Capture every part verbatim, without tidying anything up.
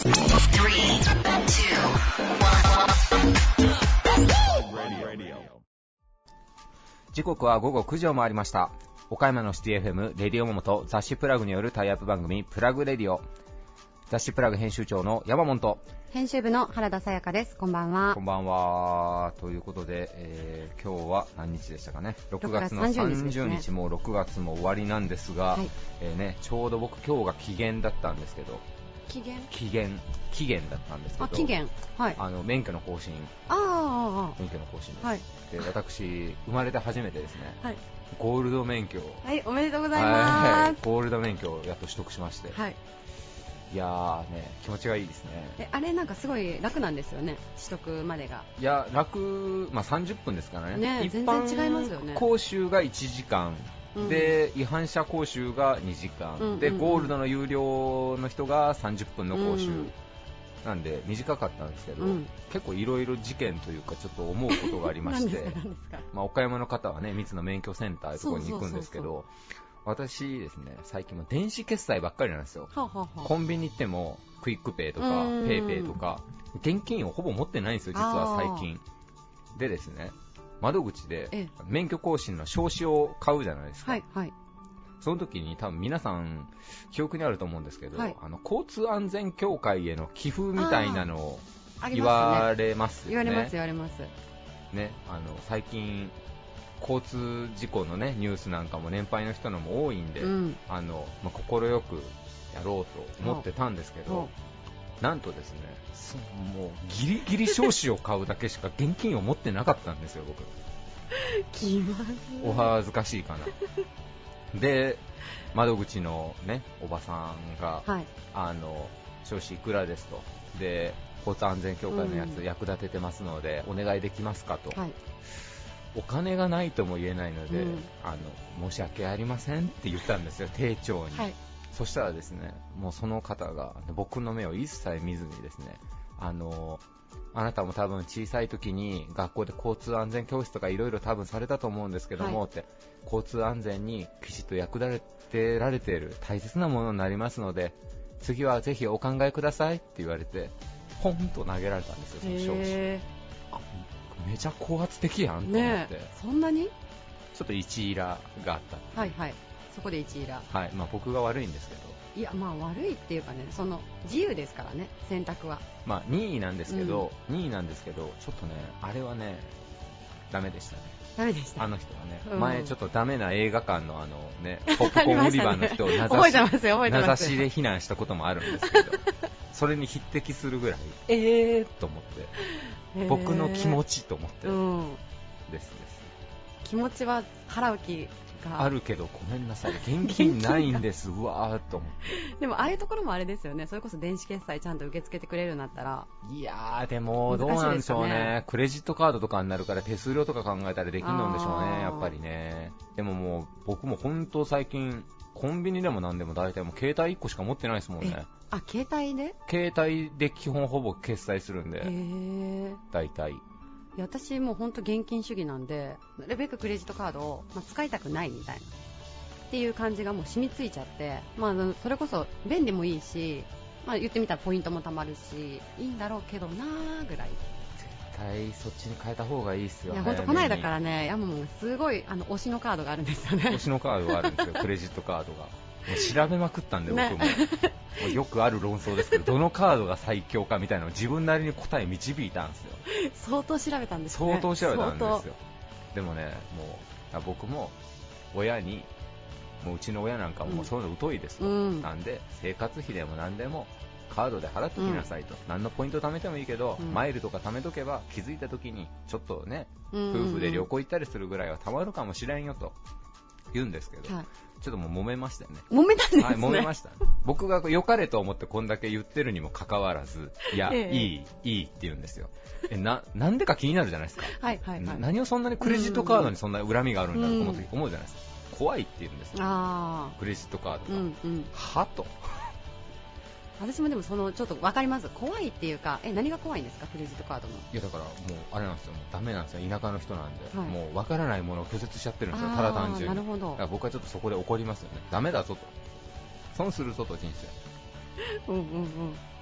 時刻は午後くじを回りました。岡山のシティ エフエム レディオモモと雑誌プラグによるタイアップ番組プラグレディオ。雑誌プラグ編集長の山本と編集部の原田さやかです。こんばんは。 こんばんは。ということで、えー、今日は何日でしたかね。ろくがつのさんじゅうにち、もうろくがつも終わりなんですが、はい、えーね、ちょうど僕今日が期限だったんですけど、 期限期限期限だったんですけど、 あ、期限、はい、 あの免許の更新、 ああ免許の更新です、 はい、 で私生まれて初めてですね、 はい、 ゴールド免許を、 はい、おめでとうございます、はい、 ゴールド免許をやっと取得しまして、 はい、 いやーね、気持ちがいいですね。 え、あれなんかすごい楽なんですよね、取得までが。 いや、楽、まあ、さんじゅっぷんですからね。 ね、 一般全然違いますよね。 講習がいちじかん、うん、で違反者講習がにじかん、うんうんうん、でゴールドの有料の人がさんじゅっぷんの講習、うん、なんで短かったんですけど、うん、結構いろいろ事件というかちょっと思うことがありましてまあ、岡山の方はね、三つの免許センターというところに行くんですけど、そうそうそうそう、私ですね、最近も電子決済ばっかりなんですよ。はははコンビニ行ってもクイックペイとかペイペイとか現金をほぼ持ってないんですよ、実は最近でですね、窓口で免許更新の証紙を買うじゃないですか、はいはい、その時に多分皆さん記憶にあると思うんですけど、はい、あの交通安全協会への寄付みたいなのを言われますよね。 言われます言われますね、あの最近交通事故の、ね、ニュースなんかも年配の人のも多いんで、うん、あのまあ、心よくやろうと思ってたんですけど、なんとですね、もうギリギリ証紙を買うだけしか現金を持ってなかったんですよ、僕。 気まずい、 お恥ずかしいかなで、窓口の、ね、おばさんが、はい、あの証紙いくらですと、で交通安全協会のやつ役立ててますので、うん、お願いできますかと、はい、お金がないとも言えないので、うん、あの申し訳ありませんって言ったんですよ、丁重に、はい、そしたらですね、もうその方が僕の目を一切見ずにですね、あのあなたも多分小さい時に学校で交通安全教室とかいろいろ多分されたと思うんですけども、はい、って交通安全にきちっと役立てられている大切なものになりますので、次はぜひお考えくださいって言われてポンと投げられたんですよ、その証紙。あ、めちゃ高圧的やんと思って、ね、 そんなにちょっと一イラがあった。 はいはい、そこで一イラ、 はい、まあ、僕が悪いんですけど、 いや、まあ悪いっていうかね、その自由ですからね、選択は。 まあにいなんですけど、うん、にいなんですけど、ちょっとね、あれはね、ダメでしたね。 ダメでした。 あの人はね、うん、前ちょっとダメな映画館のあのね、ポップコーン売り場の人を名指し、名指しで非難したこともあるんですけど、それに匹敵するぐらい、えーと思って、えー、僕の気持ちと思って、うん、ですです。 気持ちは払う気あるけどごめんなさい、現金ないんですうわーっと思って。 でもああいうところもあれですよね、それこそ電子決済ちゃんと受け付けてくれるようになったら。 いやーでもどうなんでしょう ね, ねクレジットカードとかになるから手数料とか考えたらできるんでしょうね、やっぱりね。でももう僕も本当最近コンビニでも何でも大体もう携帯いっこしか持ってないですもんね。 あ、携帯で携帯で基本ほぼ決済するんで、へー、大体。 いや、私もう本当現金主義なんで、なるべくクレジットカードを、まあ、使いたくないみたいなっていう感じがもう染みついちゃって、まあ、それこそ便利もいいし、まあ、言ってみたらポイントもたまるしいいんだろうけどなーぐらい。 絶対そっちに変えた方がいいっすよね。 いや、本当この間からね、ヤマモンすごいあの推しのカードがあるんですよね。 推しのカードがあるんですよクレジットカードが。もう調べまくったんで、ね、僕ももうよくある論争ですけど、どのカードが最強かみたいなのを自分なりに答え導いたんですよ。 相当調べたんですね。 相当調べたんですよ。でもね、もう僕も親に、もううちの親なんかもそういうの疎いですと、うん、なんで生活費でも何でもカードで払っときなさいと、うん、何のポイント貯めてもいいけど、うん、マイルとか貯めとけば気づいた時にちょっとね、うんうんうん、夫婦で旅行行ったりするぐらいは貯まるかもしれんよと言うんですけど、はい、ちょっともう揉めましたよね。 揉めたんですね。 はい、揉めました。僕が良かれと思ってこんだけ言ってるにもかかわらず、いや、ええ、いい、いいって言うんですよ。え、な、なんでか気になるじゃないですか。はいはいはい。何をそんなにクレジットカードにそんな恨みがあるんだろうと思って思うじゃないですか。怖いって言うんですよ。あ、クレジットカードが。うんうん、はと。 私もでもそのちょっと分かります。怖いっていうか、え、何が怖いんですか、クレジットカードの。 いや、だからもうあれなんですよ、もうダメなんですよ、田舎の人なんで、はい、もう分からないものを拒絶しちゃってるんですよ、ただ単純に。なるほど。だから僕はちょっとそこで怒りますよね。ダメだぞと、損するぞと人生。うんうんうん。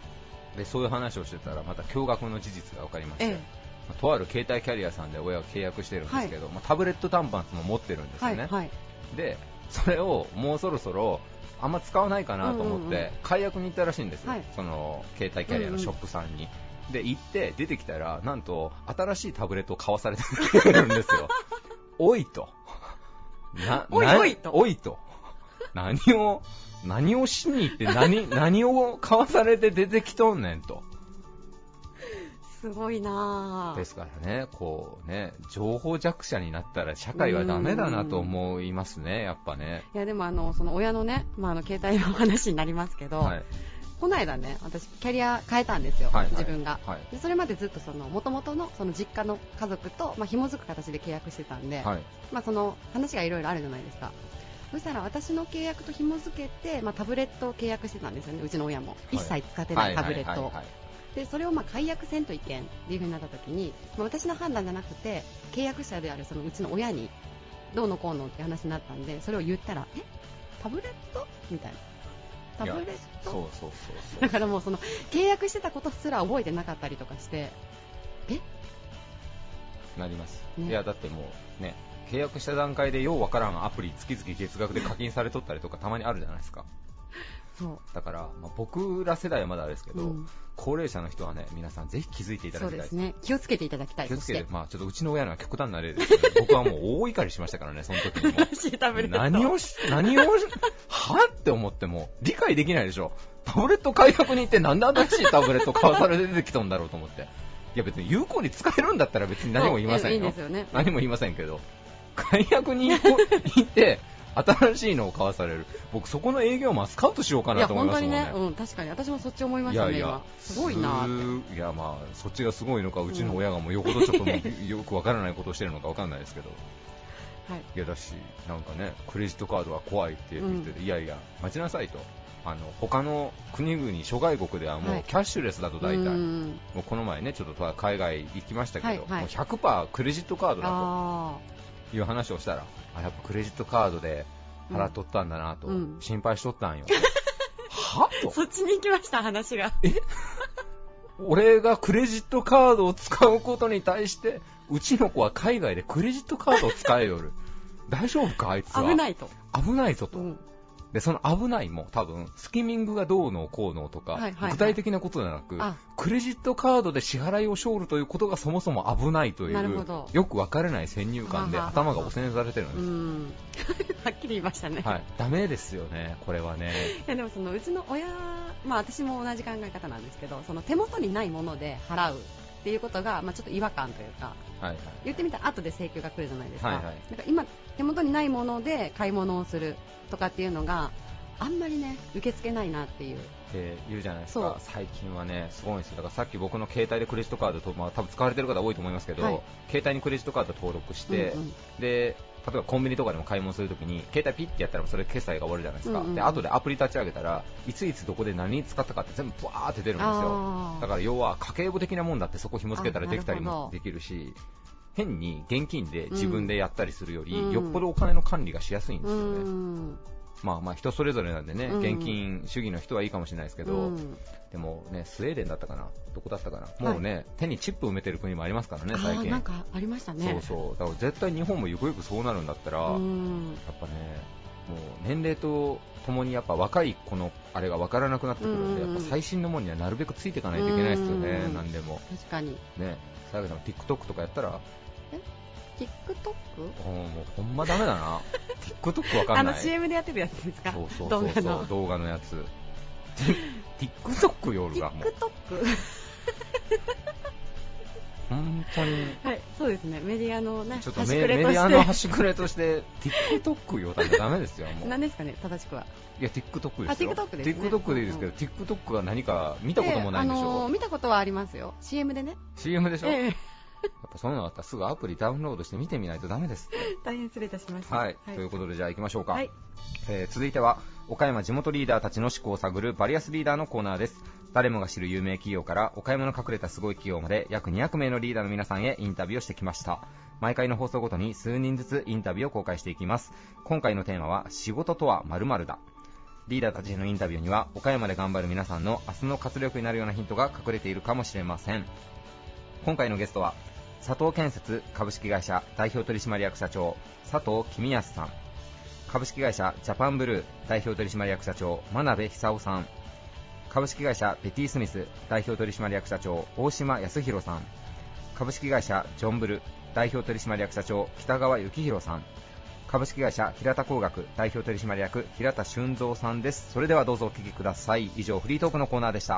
でそういう話をしてたらまた驚愕の事実が分かりまして、ええとある携帯キャリアさんで親が契約してるんですけど、はい、まあ、タブレット端末も持ってるんですよね、はいはい、でそれをもうそろそろあんま使わないかなと思って解約に行ったらしいんですよ、はい、その携帯キャリアのショップさんに、うんうん、で行って出てきたらなんと新しいタブレットを買わされてるんですよおいとなおいおいとおいと何を何をしに行って何何を買わされて出てきとんねんと。 すごいなですからね、こうね、情報弱者になったら社会はダメだなと思いますね、やっぱね。 いやでもあのその親のね、まあ、あの携帯の話になりますけど、はい、この間ね、私キャリア変えたんですよ、はいはい、自分が、はい、でそれまでずっとその元々のその実家の家族と、まあ、紐づく形で契約してたんで、はい、まあ、その話がいろいろあるじゃないですか。そしたら私の契約と紐づけて、まあ、タブレットを契約してたんですよね、うちの親も、はい、一切使ってないタブレットを。でそれをまあ解約せんといけんっていう風になった時に、まあ、私の判断じゃなくて契約者であるそのうちの親にどうのこうのって話になったんで、それを言ったらえタブレットみたいな、タブレット、 そうそうそうそうだからもうその契約してたことすら覚えてなかったりとかしてえなります、ね、いやだってもうね契約した段階でようわからんアプリ月々月額で課金されとったりとかたまにあるじゃないですか。そうだから、まあ、僕ら世代はまだあれですけど、うん、高齢者の人はね皆さんぜひ気づいていただきたいです。 そうですね、気をつけていただきたい。 気をつけて、まあ、ちょっとうちの親のは極端な例ですけど、ね、僕はもう大怒りしましたからねその時にも何をし何をはって思っても理解できないでしょ。タブレット解約に行ってなんで新しいタブレット買わされて出てきたんだろうと思って、いや別に有効に使えるんだったら別に何も言いませんよ。いいんですよね、何も言いませんけど解約に行って新しいのを買わされる。僕そこの営業マンスカウトしようかなと思いますもんね。いや本当にね、うん、確かに私もそっち思いましたね。いやいやすごいなって。いやまあそっちがすごいのかうちの親がもうよほどちょっともうよくわからないことをしてるのかわかんないですけど、はい、いやだしなんかねクレジットカードは怖いって言ってて、うん、いやいや待ちなさいと。あの他の国々諸外国ではもうキャッシュレスだと大体、はい、もうこの前ねちょっと海外行きましたけど、はいはい、もう ひゃくパーセント クレジットカードだという話をしたら、あやっぱクレジットカードで払っとったんだなと、うん、心配しとったんよはとそっちに行きました話が。え俺がクレジットカードを使うことに対してうちの子は海外でクレジットカードを使えよる大丈夫かあいつは。危ないと危ないぞと、うん、でその危ないも多分スキミングがどうのこうのとか、はいはいはい、具体的なことではなくクレジットカードで支払いを生るということがそもそも危ないというよく分からない先入観で頭が汚染されてるんです。うんはっきり言いましたね、はい、ダメですよねこれはね。いやでもそのうちの親、まあ、私も同じ考え方なんですけど、その手元にないもので払うっていうことが、まあ、ちょっと違和感というか、はいはい、言ってみたら後で請求が来るじゃないですか、はいはい、なんか今手元にないもので買い物をするとかっていうのがあんまりね受け付けないなっていうって言うじゃないですか。最近はねすごいんですよ。だからさっき僕の携帯でクレジットカードと、まあ、多分使われてる方多いと思いますけど、はい、携帯にクレジットカード登録して、うんうん、で例えばコンビニとかでも買い物するときに携帯ピッてやったらそれ決済が終わるじゃないですか、うんうん、で後でアプリ立ち上げたらいついつどこで何に使ったかって全部バーって出るんですよ。だから要は家計簿的なもんだってそこ紐付けたらできたりもできるし、変に現金で自分でやったりするより、うん、よっぽどお金の管理がしやすいんですよね、うん、まあまあ人それぞれなんでね、うん、現金主義の人はいいかもしれないですけど、うん、でもねスウェーデンだったかなどこだったかな、もうね、はい、手にチップ埋めてる国もありますからね最近。なんかありましたね。そうそうだから絶対日本もゆくゆくそうなるんだったら、うん、やっぱねもう年齢とともにやっぱ若い子のあれが分からなくなってくるんで、うん、やっぱ最新のものにはなるべくついていかないといけないですよね、うん、なんでも。確かにね。最後でも TikTok とかやったらえ TikTok？ もうほんまダメだなTikTok わかんないあの シーエム でやってるやつですか。そうそうそうそう動画の動画のやつTikTok 夜がもう TikTok 本当に、はい、そうですね。メディアのね、ちょっと メ, メディアの端くれとして TikTok よたらダメですよ。もう何ですかね正しくは。いや TikTok ですよ。TikTok ですね。TikTok でいいですけど、うん、TikTok が何か見たこともないんでしょう、えーあのー、見たことはありますよ シーエム でね。 シーエム でしょ、えー、やっぱそういうのがあったらすぐアプリダウンロードして見てみないとダメです。大変失礼いたしました、はいはい、ということでじゃあ行きましょうか、はい。えー、続いては岡山地元リーダーたちの思考を探るバリアスリーダーのコーナーです。誰もが知る有名企業から岡山の隠れたすごい企業まで約にひゃくめいのリーダーの皆さんへインタビューをしてきました。毎回の放送ごとに数人ずつインタビューを公開していきます。今回のテーマは仕事とは〇〇だ。 リーダーたちへのインタビューには岡山で頑張る皆さんの明日の活力になるようなヒントが隠れているかもしれません。今回のゲストは佐藤建設株式会社代表取締役社長佐藤公康さん、株式会社ジャパンブルー代表取締役社長真鍋久夫さん、株式会社ベティスミス代表取締役社長大島康弘さん、株式会社ジョンブル代表取締役社長北川幸宏さん、株式会社平田工学代表取締役平田俊三さんです。それではどうぞお聞きください。以上フリートークのコーナーでした。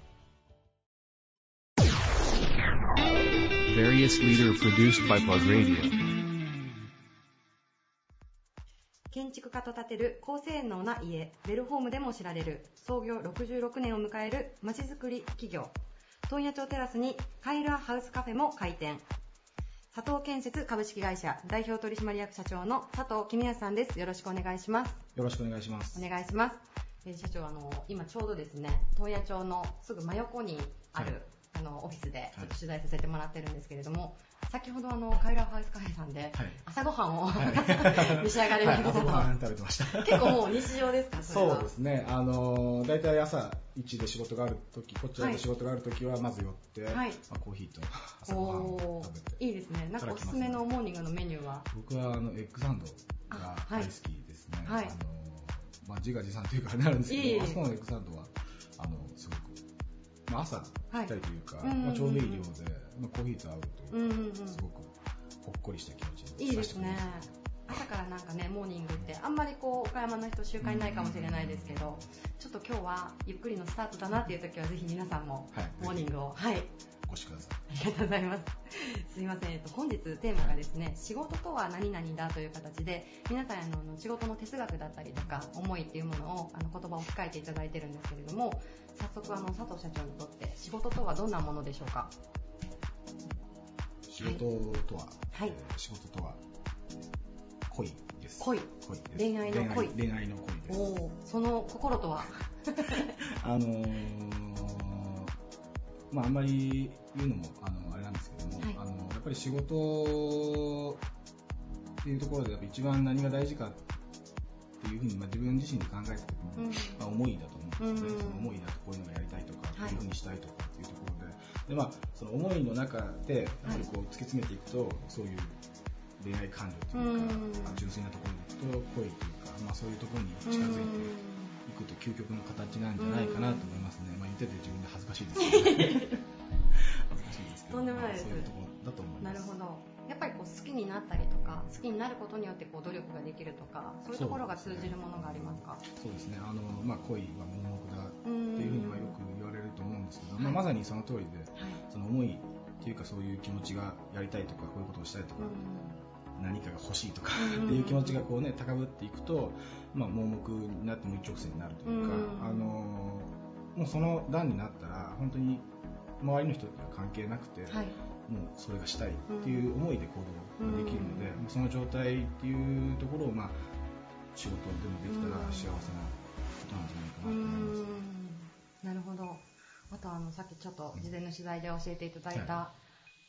建築家と建てる高性能な家、ベルホームでも知られる創業ろくじゅうろくねんを迎えるまちづくり企業、問屋町テラスにカイラーハウスカフェも開店。佐藤建設株式会社代表取締役社長の佐藤公康さんです。よろしくお願いします。 よろしくお願いします。 お願いします。えー、社長、あの今ちょうどですね、問屋町のすぐ真横にある、はい、あのオフィスでちょっと取材させてもらってるんですけれども、はい、先ほどあのカイラーハウスカフェさんで朝ごはんを、はい、召し上がれる方と、 はい、食べてました。 結構もう日常ですか？それは。 そうですね。あのだいたい朝一で仕事があるとき、こっちで仕事があるときはまず寄って、はい、まあ、コーヒーと朝ごはんを食べて。 いいですね。なんかおすすめのモーニングのメニューは？ 僕はあのエッグサンドが大好きですね。はい、あのまあ、自画自賛というかあれなんですけど、いいあそこのエッグサンドはあのすごく、まあ、朝ぴったりというか、はい、まあ、ちょうどいい量で、まあ、コーヒーと合うというか、うんうんうん、すごくほっこりした気持ちにいいですね。朝からなんかね、モーニングってあんまりこう岡山の人習慣にないかもしれないですけど、ちょっと今日はゆっくりのスタートだなっていう時はぜひ皆さんもモーニングを、はい、 お越しください。 ありがとうございます。すいません、えっと、本日テーマがですね、仕事とは何々だという形で、皆さんの仕事の哲学だったりとか思いっていうものをあの言葉を置き換えていただいてるんですけれども、早速あの佐藤社長にとって仕事とはどんなものでしょうか？ 仕事とは、はい、えー、仕事とは恋です。 恋。 恋です。 恋愛の恋。 恋愛の恋です。 お、その心とはあのー、まああんまり言うのもあのあれなんですけども、はい、あのやっぱり仕事っていうところでやっぱ一番何が大事かっていうふうに、まあ、自分自身で考えた時に、うん、まあ、思いだと思うんですよね。うん、その思いだとこういうのがやりたいとか、はい、こういうふうにしたいとかっていうところで、で、まあその思いの中でやっぱりこう突き詰めていくと、はい、そういう恋愛感情というか、まあ、純粋なところでいくと恋というか、まあ、そういうところに近づいていくと究極の形なんじゃないかなと思いますね。まあ、言ってて自分で恥ずかしいですけど、ね、恥ずかしいですけど、 とんでもないです。 まあ、そういうところだと思います。 なるほど。やっぱりこう好きになったりとか、好きになることによってこう努力ができるとか、そういうところが通じるものがありますか？ そうですね。あの、まあ、恋は盲目だっていうふうにはよく言われると思うんですけど、まあ、まさにその通りで、はい、その思いっていうかそういう気持ちがやりたいとかこういうことをしたいとか、何かが欲しいとかっていう気持ちがこうね高ぶっていくと、まあ、盲目になっても一直線になるというか、あのもうその段になったら本当に周りの人とは関係なくて、はい、もうそれがしたいっていう思いで行動ができるので、うん、その状態っていうところを、まあ、仕事でもできたら幸せなことなんじゃないかなと思います。 うん、なるほど。あとあのさっきちょっと事前の取材で教えていただいた、はい、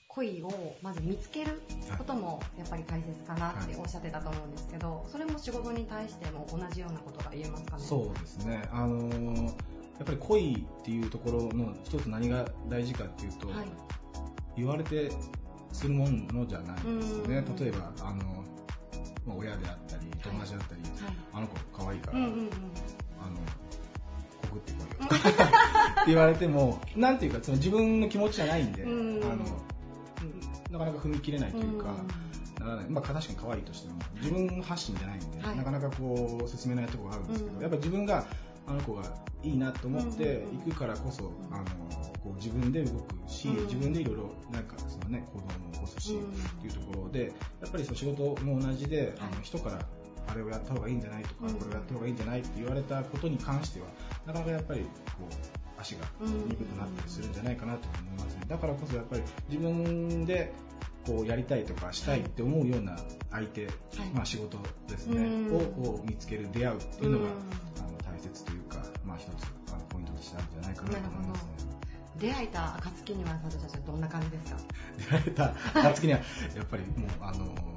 恋をまず見つけることもやっぱり大切かなっておっしゃってたと思うんですけど、それも仕事に対しても同じようなことが言えますかね？ そうですね。あのー、やっぱり恋っていうところの一つ何が大事かっていうと、はい、言われてするものじゃないんですよね。例えばあの、まあ、親であったり友達だったり、はい、あの子可愛いから、うんうんうん、あの告ってこいよとかって言われてもなんていうかその自分の気持ちじゃないんで、うん、あのなかなか踏み切れないというか、うん、ならない。まあ確かに可愛いとしても自分発信じゃないんで、はい、なかなかこう進めないところがあるんですけど、うん、やっぱり自分があの子がいいなと思って行くからこそ、うん、あのこう自分で動くし、うん、自分でいろいろなんかそのね行動も起こすし、うん、っていうところでやっぱりその仕事も同じで、あの人からあれをやった方がいいんじゃないとか、うん、これをやった方がいいんじゃないって言われたことに関してはなかなかやっぱりこう足が鈍くなったりするんじゃないかなと思いますね。だからこそやっぱり自分でこうやりたいとかしたいって思うような相手、はい、まあ仕事ですね、をこう見つける出会うっていうのが、あの大切というか、まあ一つあのポイントとしてあるんじゃないかなと思いますね。 出会えた暁には佐藤社長どんな感じですか？ 出会えた暁にはやっぱりもうあの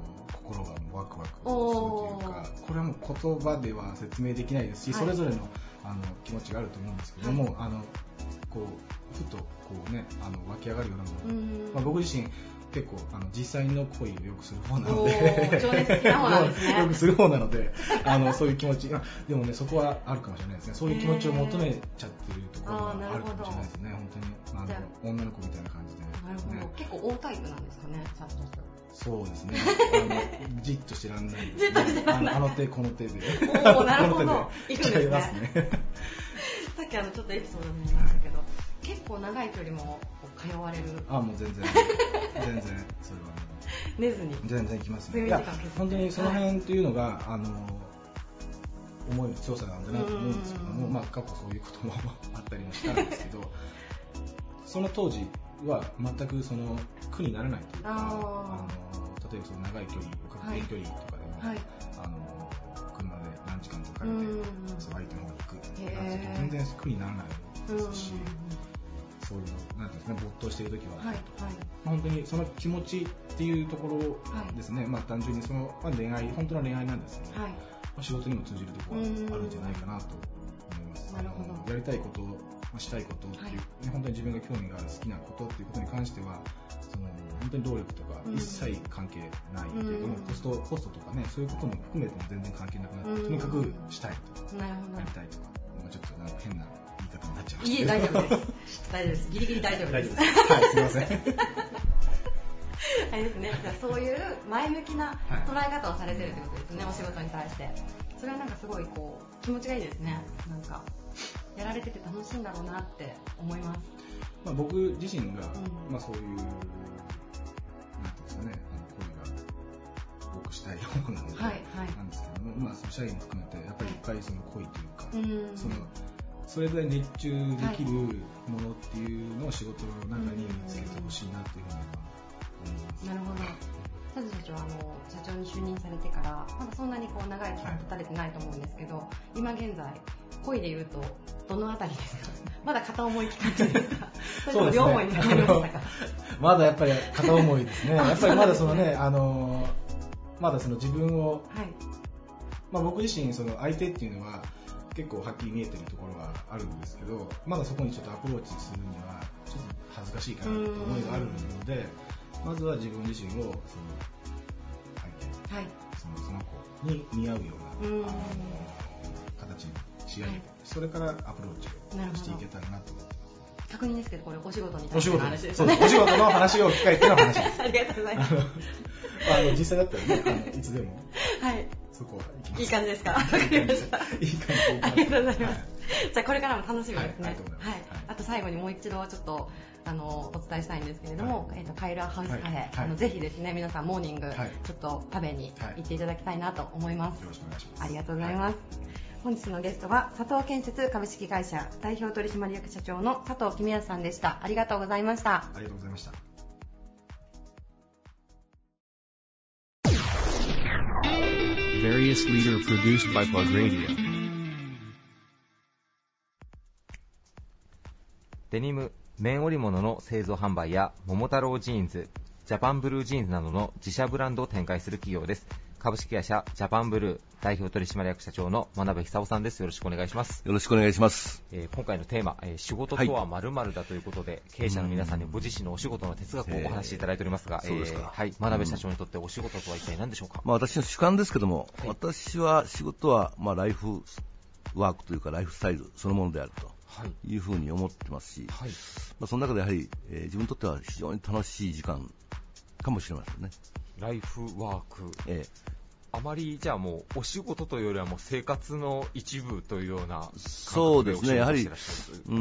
心がワクワクするというか、これはもう言葉では説明できないですし、はい、それぞれの、あの気持ちがあると思うんですけども、はい、あのこうふとこう、ね、あの湧き上がるようなもの、まあ、僕自身結構あの実際の恋をよくする方なので情熱的な方なんですねよくする方なのであのそういう気持ちでもね、そこはあるかもしれないですね。そういう気持ちを求めちゃってるところがあるかもしれないですね。本当にあの女の子みたいな感じで、ね、 なるほど。結構大タイプなんですかね、ちゃんとした。 そうですね。あのじっとしてらんないですね。あの、あの手この手で。 おお、なるほど。行くんですね。 ますねさっきあのちょっとエピソードになりましたけど、結構長い距離も通われる。 あ、もう全然全然それはね。 寝ずに。 全然行きますね。いや本当にその辺というのが、はい、あの思いの強さなんだなと思うんですけども、まあ過去そういうこともあったりもしたんですけど、その当時は全くその苦にならないというか、あの例えばその長い距離、確定距離とかでも、はい、あの車で何時間とかかけてその相手の方に行くっていう感じで全然苦にならないですし、そういうのなんですね、没頭している時は、はいはい、本当にその気持ちっていうところですね、はい、まあ単純にその、まあ、恋愛本当の恋愛なんですけど、はい、まあ、仕事にも通じるところはあるんじゃないかなと思います。なるほど。やりたいことしたいことっていう、はい、本当に自分が興味がある好きなことっていうことに関してはその本当に労力とか一切関係ないけれども、うん、コストコストとかね、そういうことも含めても全然関係なくなって、うん、とにかくしたいとか、やりたいとか、ちょっとなんか変な言い方になっちゃいました。 いえ、大丈夫です大丈夫です。ギリギリ大丈夫です。 はい、すみませんあれですね、じゃあそういう前向きな捉え方をされてるってことですね、はい、お仕事に対して。それはなんかすごいこう気持ちがいいですね。なんかやられてて楽しいんだろうなって思います。 まあ、僕自身が、うん、まあ、そういうなんていうんですかね、あの恋が僕したい方なので、はいはい、なんですけども、まあ、その社員も含めてやっぱりいっぱいその恋というか、はい、そのそれぐらい熱中できるものっていうのを仕事の中に見つけてほしいなっていうふうには思います。 なるほど。田津社長はあの社長に就任されてからまだそんなにこう長い期間経たれてないと思うんですけど、はい、今現在恋でいうとどのあたりですか？まだ片思い期間中ですか？それとも両思いになりましたか？ まだやっぱり片思いですね。やっぱりまだそのね、あのまだその自分を、はい、まあ、僕自身その相手っていうのは結構はっきり見えてるところがあるんですけど、まだそこにちょっとアプローチするにはちょっと恥ずかしいかなって思いがあるので、まずは自分自身をその相手、はい、そのその子に似合うような、うん、あの形に仕上げて、はい、それからアプローチをしていけたらなと思ってます。 確認ですけど、これお仕事に対しての話ですね。お仕事の話を聞かれての話です。 ありがとうございます。 あの実際だったらね、あのいつでも、はい、そこは行きます。 いい感じですか？わかりました。いい感じ。 ありがとうございます。はい、じゃあこれからも楽しみですね。 はい、ありがとうございます。はい。 あと最後にもう一度ちょっとあのお伝えしたいんですけれども、はい、えっとカイルアハウスカフェ、はい、あのぜひですね、皆さんモーニング、はい、ちょっと食べに行っていただきたいなと思います。 よろしくお願いします。 ありがとうございます。はい、本日のゲストは佐藤建設株式会社代表取締役社長の佐藤公康さんでした。ありがとうございました。 ありがとうございました。 Various Leader produced by Plug Radio。 デニム、綿織物の製造販売や桃太郎ジーンズ、ジャパンブルージーンズなどの自社ブランドを展開する企業です。株式会社ジャパンブルー代表取締役社長の真鍋久夫さんです。よろしくお願いします。 よろしくお願いします。 えー、今回のテーマ、えー、仕事とは〇〇だということで、はい、経営者の皆さんにご自身のお仕事の哲学をお話しいただいておりますが、えーそうですか。はい、真鍋社長にとってお仕事とは一体何でしょうか？ まあ、私の主観ですけども、 はい、 私は仕事はまあライフワークというかライフスタイルそのものであるというふうに思ってますし、はい、まあ、その中でやはり、えー、自分にとっては非常に楽しい時間かもしれませんね。 ライフワーク、 えーあまりじゃあもうお仕事というよりはもう生活の一部というような感覚でそうですね、やはり、うん、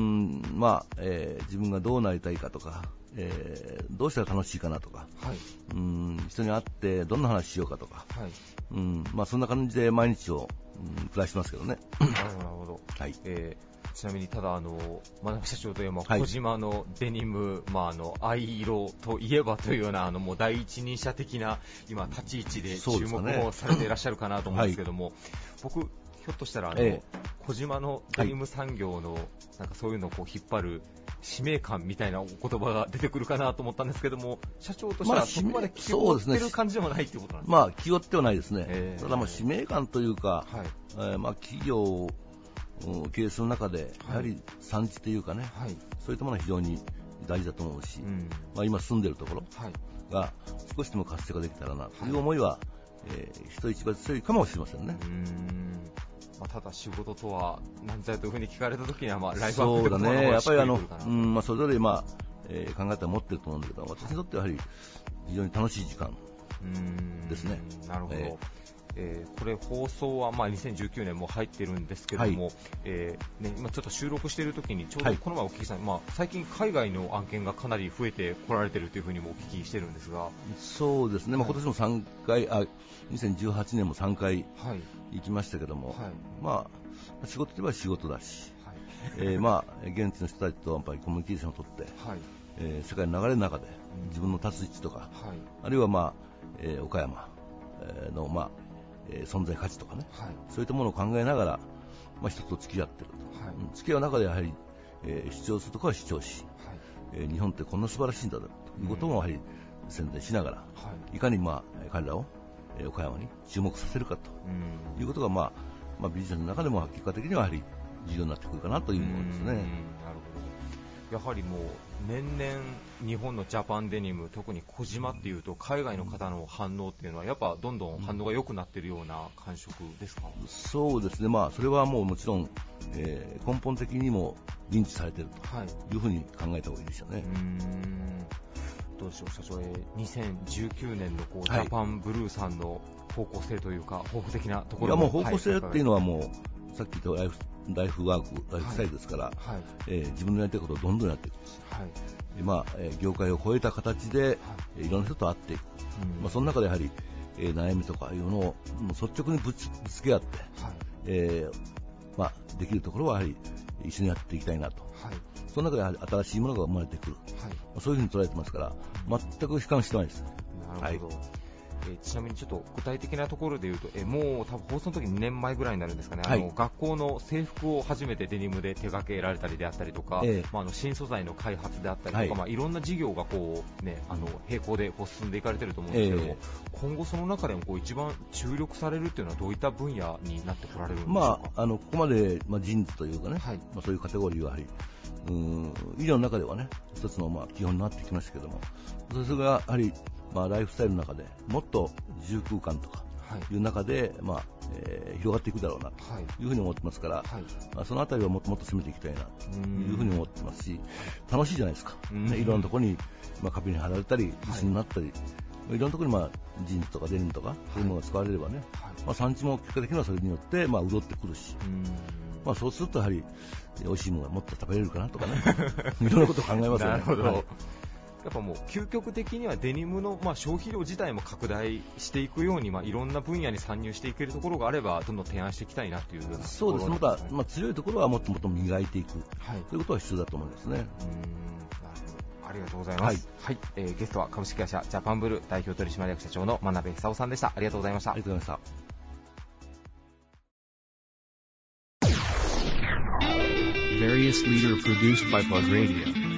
まあ、えー、自分がどうなりたいかとか、えー、どうしたら楽しいかなとか、はい、うん、人に会ってどんな話しようかとか、はい、うん、まあ、そんな感じで毎日を、うん、暮らしてますけどね。 なるほど、なるほど。はい、えーちなみにただあの真鍋社長といえば、はい、小島のデニム、まあ、あの藍色といえばというようなあのもう第一人者的な今立ち位置で注目をされていらっしゃるかなと思うんですけども、はい、僕ひょっとしたらあの、ええ、小島のデニム産業のなんかそういうのをこう引っ張る使命感みたいな言葉が出てくるかなと思ったんですけども、社長としてはそこまで気負ってる感じでもないということなんですか。 まあ気負ってはないですね、えー、ただまあ使命感というか、はいえー、まあ企業を経営する中でやはり産地というかね、はい、そういったものは非常に大事だと思うし、うんまあ、今住んでるところが少しでも活性化できたらなという思いは、はいえー、人一倍強いかもしれませんね。うーんまあ、ただ仕事とは何ぞやというふうに聞かれたときには、まあ、ライフワークのものがしっくりくるかな。そうだね、やっぱりあの、うんまあ、それぞれ、まあえー、考え方を持っていると思うんだけど、私にとってはやはり非常に楽しい時間ですね。 なるほど、えーえー、これ放送はまあにせんじゅうきゅうねんも入ってるんですけども、はいえーね、今ちょっと収録しているときにちょうどこの前お聞きした、はいまあ、最近海外の案件がかなり増えてこられているというふうにもお聞きしてるんですが。 そうですね、まあ、今年もさんかいあにせんじゅうはちねんもさんかい行きましたけども、はいまあ、仕事といえば仕事だし、はいえーまあ、現地の人たちとやっぱりコミュニケーションを取って、はいえー、世界の流れの中で自分の立つ位置とか、はい、あるいは、まあえー、岡山の、まあえー、存在価値とかね、はい、そういったものを考えながら、まあ、人と付き合っていると、はい、付き合う中でやはり、えー、主張するところは主張し、はいえー、日本ってこんな素晴らしいんだということもやはり宣伝しながら、はい、いかに、まあ、彼らを、えー、岡山に注目させるかということが、まあまあ、ビジネスの中でも結果的にはやはり重要になってくるかなというものですね。なるほど。やはりもう年々日本のジャパンデニム、特に小島っていうと海外の方の反応っていうのはやっぱどんどん反応が良くなっているような感触ですか。 うん、そうですね、まあ、それはもうもちろん、えー、根本的にも認知されているというふうに考えた方がいいですよね。 うーんどうでしょう社長、にせんじゅうきゅうねんのこう、はい、ジャパンブルーさんの方向性というか抱負的なところも。 いやもう方向性っていうのはもう、はい、さっき言ったライフライフワーク、ライフスタイルですから、はいえー、自分のやりたいことをどんどんやっていく、はいまあえー、業界を超えた形で、はい、いろんな人と会っていく、うんまあ、その中でやはり、えー、悩みとかいうのをもう率直にぶつ、ぶつけ合って、はいえーまあ、できるところはやはり一緒にやっていきたいなと、はい、その中でやはり新しいものが生まれてくる、はいまあ、そういうふうに捉えてますから、全く悲観してないです。 なるほど、はいえー、ちなみにちょっと具体的なところでいうと、えー、もう多分放送の時にねんまえぐらいになるんですかね、はい、あの学校の制服を初めてデニムで手掛けられたりであったりとか、えーまあ、あの新素材の開発であったりとか、はいまあ、いろんな事業がこう、ね、あの並行でこう進んでいかれていると思うんですけども、えー、今後その中でもこう一番注力されるというのはどういった分野になってこられるんでしょうか。 まあ、あのここまで、まあ、ジーンズというかね、はいまあ、そういうカテゴリーはやはりうーん医療の中ではね一つのまあ基本になってきましたけども、それがやはりまあ、ライフスタイルの中でもっと自由空間とかいう中で、はいまあえー、広がっていくだろうなというふうに思ってますから、はいまあ、そのあたりはもっともっと攻めていきたいなというふうに思ってますし、楽しいじゃないですか、ね、いろんなところに、まあ、壁に貼られたり椅子になったり、はい、いろんなところに、まあ、ジーンズとかデニムとかそういうものが使われればね、はいまあ、産地も結果的にはそれによって、まあ、潤ってくるし、まあ、そうするとやはり美味しいものがもっと食べれるかなとかねいろんなことを考えますよね。 なるほど、はいやっぱもう究極的にはデニムのまあ消費量自体も拡大していくようにまあいろんな分野に参入していけるところがあればどんどん提案していきたいなというようなところですね。 そうですね。また、まあ、強いところはもっともっと磨いていく、はい、ということは必要だと思いますね。うーんなるほどありがとうございます、はいはいえー、ゲストは株式会社ジャパンブル代表取締役社長の真鍋久夫さんでした。ありがとうございました。 ありがとうございました。 Various Leader produced by Plug Radio。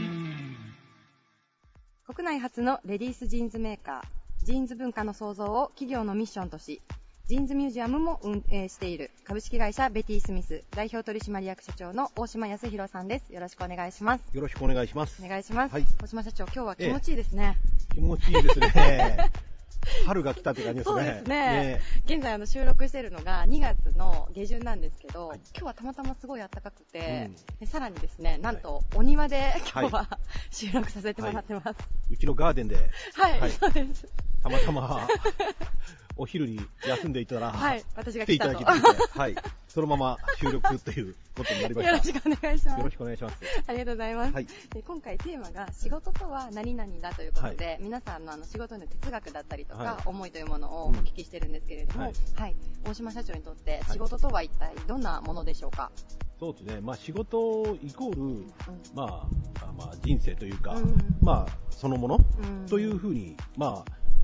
国内初のレディースジーンズメーカー、ジーンズ文化の創造を企業のミッションとし、ジーンズミュージアムも運営している株式会社ベティスミス代表取締役社長の大島康弘さんです。よろしくお願いします。 よろしくお願いします。 お願いします。はい、大島社長、今日は気持ちいいですね。 ええ、気持ちいいですね。春が来たって感じですね。 そうですね。ね現在あの収録しているのがにがつの下旬なんですけど、はい、今日はたまたますごい暖かくて、うん、さらにですね、なんとお庭で今日は、はい、収録させてもらってます、はい。 うちのガーデンで。 はい、はい、そうです。 たまたまお昼に休んでいたら、 はい、私が来たと。 来ていただきまして、はい、そのまま収録ということになりました。 よろしくお願いします。 よろしくお願いします。 ありがとうございます。はい、で今回テーマが仕事とは何々だということで、はい、皆さんのあの仕事の哲学だったりとか、はい、思いというものをお聞きしてるんですけれども、はいはい、大島社長にとって仕事とは一体どんなものでしょうか。 そうですね、まあ、仕事イコール、うんまあまあ、人生というか、うん、まあ、そのもの、うん、というふうに、まあ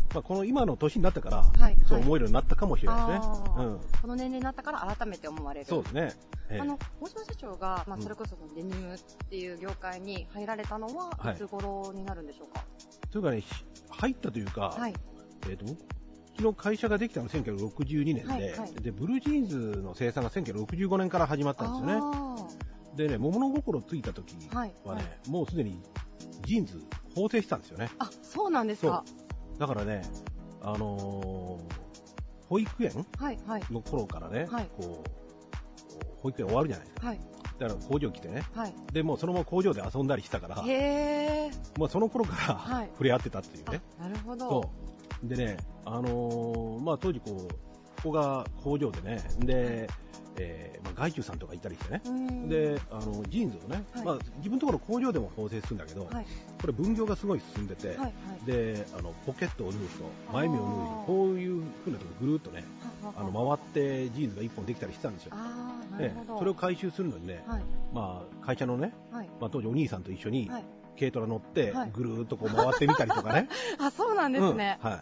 まあ、この今の年になったから、はいはい、そう思えるようになったかもしれないですね。うん、 この年齢になったから改めて思われる。 そうですね。 ええ、あの大島社長が、まあ、それこそデニムっていう業界に入られたのは、うん、いつ頃になるんでしょうか。 というかね、入ったというか、はい、えーと、うちの会社ができたのはせんきゅうひゃくろくじゅうにねんで、はいはい、でブルージーンズの生産がせんきゅうひゃくろくじゅうごねんから始まったんですよね。でね、桃の心ついた時はね、はいはい、もうすでにジーンズ縫製してたんですよね。 あ、そうなんですか。 だからね、あのー、保育園の頃からね、はいはい、こう保育園終わるじゃないですか。はい、だから工場来てね、はい、でもうそのまま工場で遊んだりしたから、へー、もうその頃から触れ合ってたっていうね。 なるほど。 そうでね、あのー、まあ当時こうここが工場でね、で、えーまあ、外注さんとかいたりしてね、であのジーンズをね、はい、まあ、自分のところ工場でも縫製するんだけど、はい、これ分業がすごい進んでて、はいはい、であのポケットを縫うと前身を縫うこういう風なところぐるっとね、あの回ってジーンズがいっぽんできたりしてたんですよ。あ、なるほど。ね、それを回収するのにね、はい、まあ、会社のね、はい、まあ、当時お兄さんと一緒に軽トラ乗ってぐるっとこう回ってみたりとかね。 あ、そうなんですね。 うん、はい。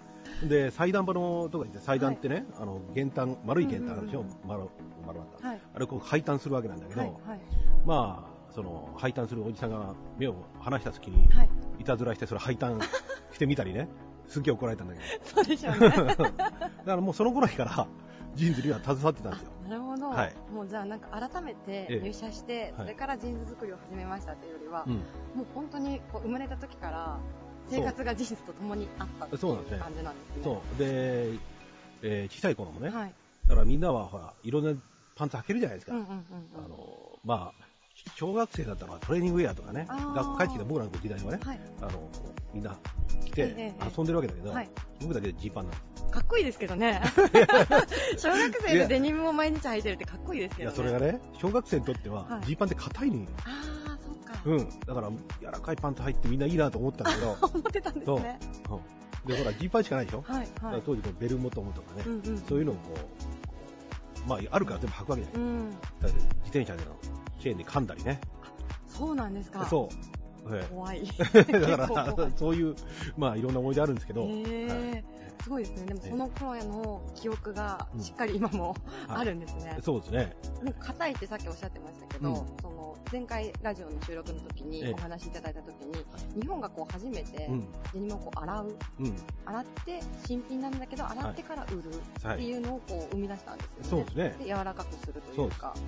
で裁断場のとこに行って裁断ってね、はい、あの弦端丸い弦端あるでしょ、うんうんうん、丸丸まった、はい、あれをこう配端するわけなんだけど、はいはい、まあその配端するおじさんが目を離した隙に、はい、いたずらしてそれ配端してみたりね、すっげえ怒られたんだけど。 そうでしょうね。だからもうその頃からジーンズには携わってたんですよ。 なるほど。はい、もうじゃあなんか改めて入社して、ええ、それからジーンズ作りを始めましたというよりは、はい、もう本当にこう生まれた時から生活がジーンズと共にあったっていう感じなんですね。 そうで、えー、小さい頃もね、はい、だからみんなはほらいろんなパンツ履けるじゃないですか。うんうんうんうん、あのまあ小学生だったらトレーニングウェアとかね、学校帰ってきた僕らの時代はね、はい、あのみんな着て遊んでるわけだけど、はい、僕だけジーパンなの。 かっこいいですけどね。小学生でデニムを毎日履いてるってかっこいいですけどね。 いやそれがね、小学生にとってはジーパンって硬いのよ。 ああ、そうか。 うん、だから柔らかいパンツ入ってみんないいなと思ったんだけど。 思ってたんですね。 そう。うん、でほらジーパンしかないでしょ。はいはい。だから当時こうベルモトムとかね、うんうん、そういうのをこうまああるから全部履くわけじゃない。うん、だから自転車でのチェーンで噛んだりね。 そうなんですか。 そう。 怖い。 だからそういうまあいろんな思い出あるんですけど。へー、はい、すごいですね。でもその頃の記憶がしっかり今もあるんですね。 はい、そうですね。 硬いってさっきおっしゃってましたけど、うん、その前回ラジオの収録の時にお話しいただいた時に、日本がこう初めてデニムをこう洗う、うん、洗って新品なんだけど洗ってから売るっていうのをこう生み出したんですよね。 そうですね。 で柔らかくするというか。はい。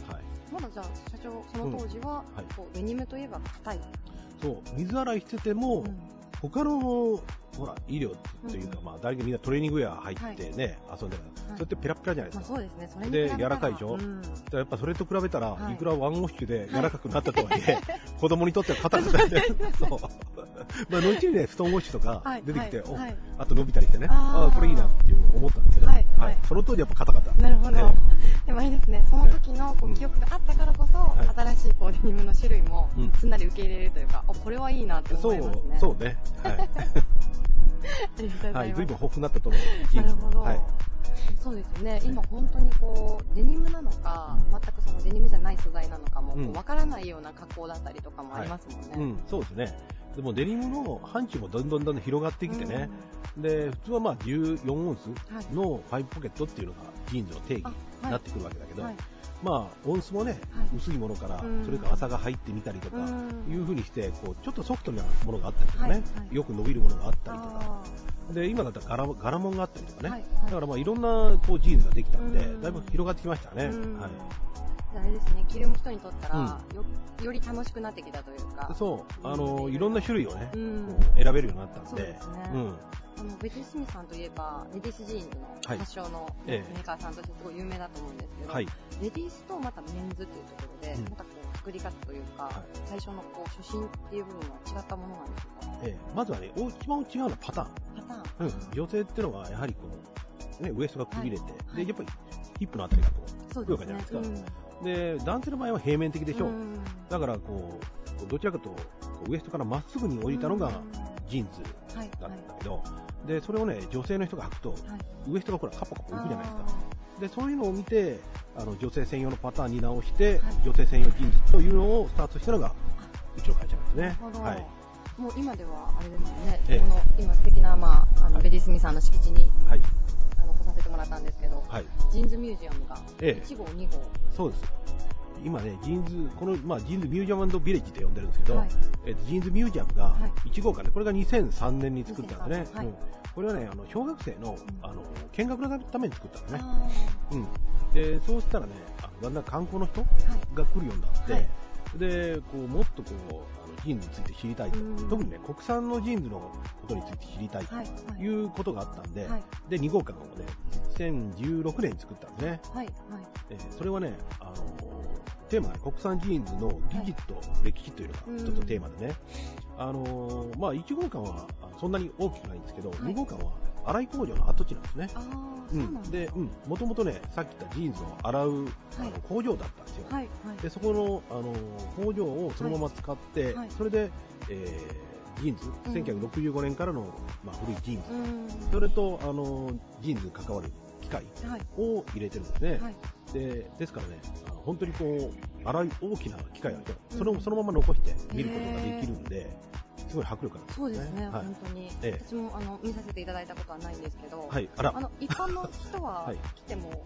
まだじゃあ社長その当時は、うん、はい、こうデニムといえば硬い。 そう水洗いしてても、うん、他のほら医療というか、うん、まあ大体みんなトレーニングウェア入ってね、はい、遊んでる、はい、それってペラペラじゃないですか。 まあ、そうですね。それで柔らかいでしょ。うん、だからやっぱそれと比べたら、はい、いくらワンウォッシュで柔らかくなったとはいえ、はい、子供にとっては硬くなって、そう。まあ後にねストーンウォッシュとか出てきて、はいはい、あと伸びたりしてね、ああこれいいなっていう思ったんですけど、はいはい、その当時やっぱ硬かった。 なるほど。ね、でもいいですね。その時のこう記憶があったからこそ、はい、新しいこうデニムの種類もすんなり受け入れるというか、うん、これはいいなって思いますね。 そうそうね。はい。 ありがとうございます。はい、 随分豊富になったと思う。 なるほど。はい、そうですね。今本当にこうデニムなのか、全くそのデニムじゃない素材なのかもわからないような加工だったりとかもありますもんね。 はい、うん、そうですね。でもデニムの範疇もどんどんどんどん広がってきてね、うん、で普通はまあじゅうよんオンスのファイブポケットっていうのがジーンズの定義になってくるわけだけど、はいはい、まあオンスもね、はい、薄いものから、それから麻が入ってみたりとかいう風にしてこうちょっとソフトなものがあったりとかね、はいはい、よく伸びるものがあったりとかで、今だったら柄柄物があったりとかね、はいはい、だからまあいろんなこうジーンズができたんで、だいぶ広がってきましたね。はい。 あれですね、着る人にとったら、うん、よ, より楽しくなってきたというか、 そうあのいろんな種類をね、うん、こう選べるようになったんで、そうですね、うん、 あのベティスミさんといえばレディースジーンズの発祥のメーカーさんとしてすごい有名だと思うんですけど、はい、レディースとまたメンズというところで、うん、またこう作り方というか、はい、最初のこう初心っていう部分は違ったものなんでしょうか。 ええ、まずはね、一番違うのはパターン。パターン、うん、女性っていうのはやはりこう、ね、ウエストがくびれて、はい、でやっぱりヒップのあたりがこうくるわけじゃないですか。で男性の場合は平面的でしょう、うん、だからこうどちらかとウエストからまっすぐに降りたのがジーンズだったんだけど、はいはい、でそれをね女性の人が履くと、はい、ウエストがほらカポカポ浮くじゃないですか。でそういうのを見てあの女性専用のパターンに直して、はい、女性専用ジーンズというのをスタートしたのがうちの会社なんですね。 はい、 もう今ではあれですよね、ええ、この今素敵な、まあ、あのレディスミさんの敷地に、はい、あの来させてもらったんですけど、はい、ジーンズミュージアムがいち号、に号。 そうです。今ね、ジーンズ、この、まあ、ジーンズミュージアム&ビレッジって呼んでるんですけど、はい、えジーンズミュージアムがいち号かね、これがにせんさんねんに作ったんですね。はい、うん、これはね、あの小学生の、あの見学のために作ったんですね。うん、でそうしたらね、あのだんだん観光の人が来るようになって、はい、でこうもっとこうあのジーンズについて知りたいと、特にね国産のジーンズのことについて知りたいということがあったんで、はいはい、でに号館をねにせんじゅうろくねんに作ったんですね。はいはい、えー、それはね、あのテーマは、ね、国産ジーンズの技術と歴史というのが一つテーマでね、あのーまあ、いち号館はそんなに大きくないんですけど、はい、に号館は洗い工場の跡地なんですね。うん、で、うん、もともとね、さっき言ったジーンズを洗う、はい、あの工場だったんですよ。はいはい、でそこの、あのー、工場をそのまま使って、はい、それで、えー、ジーンズ、せんきゅうひゃくろくじゅうごねんからの、まあ、古いジーンズ、それと、あのー、ジーンズに関わる機械を入れてるんですね。はい、でですからね、あの本当にこう洗い大きな機械があると、それをそのまま残して見ることができるんで、すごい迫力あるんですね。 そうですね、はい、本当に、ええ、私もあの見させていただいたことはないんですけど、はい、あらあの一般の人は来ても、はい、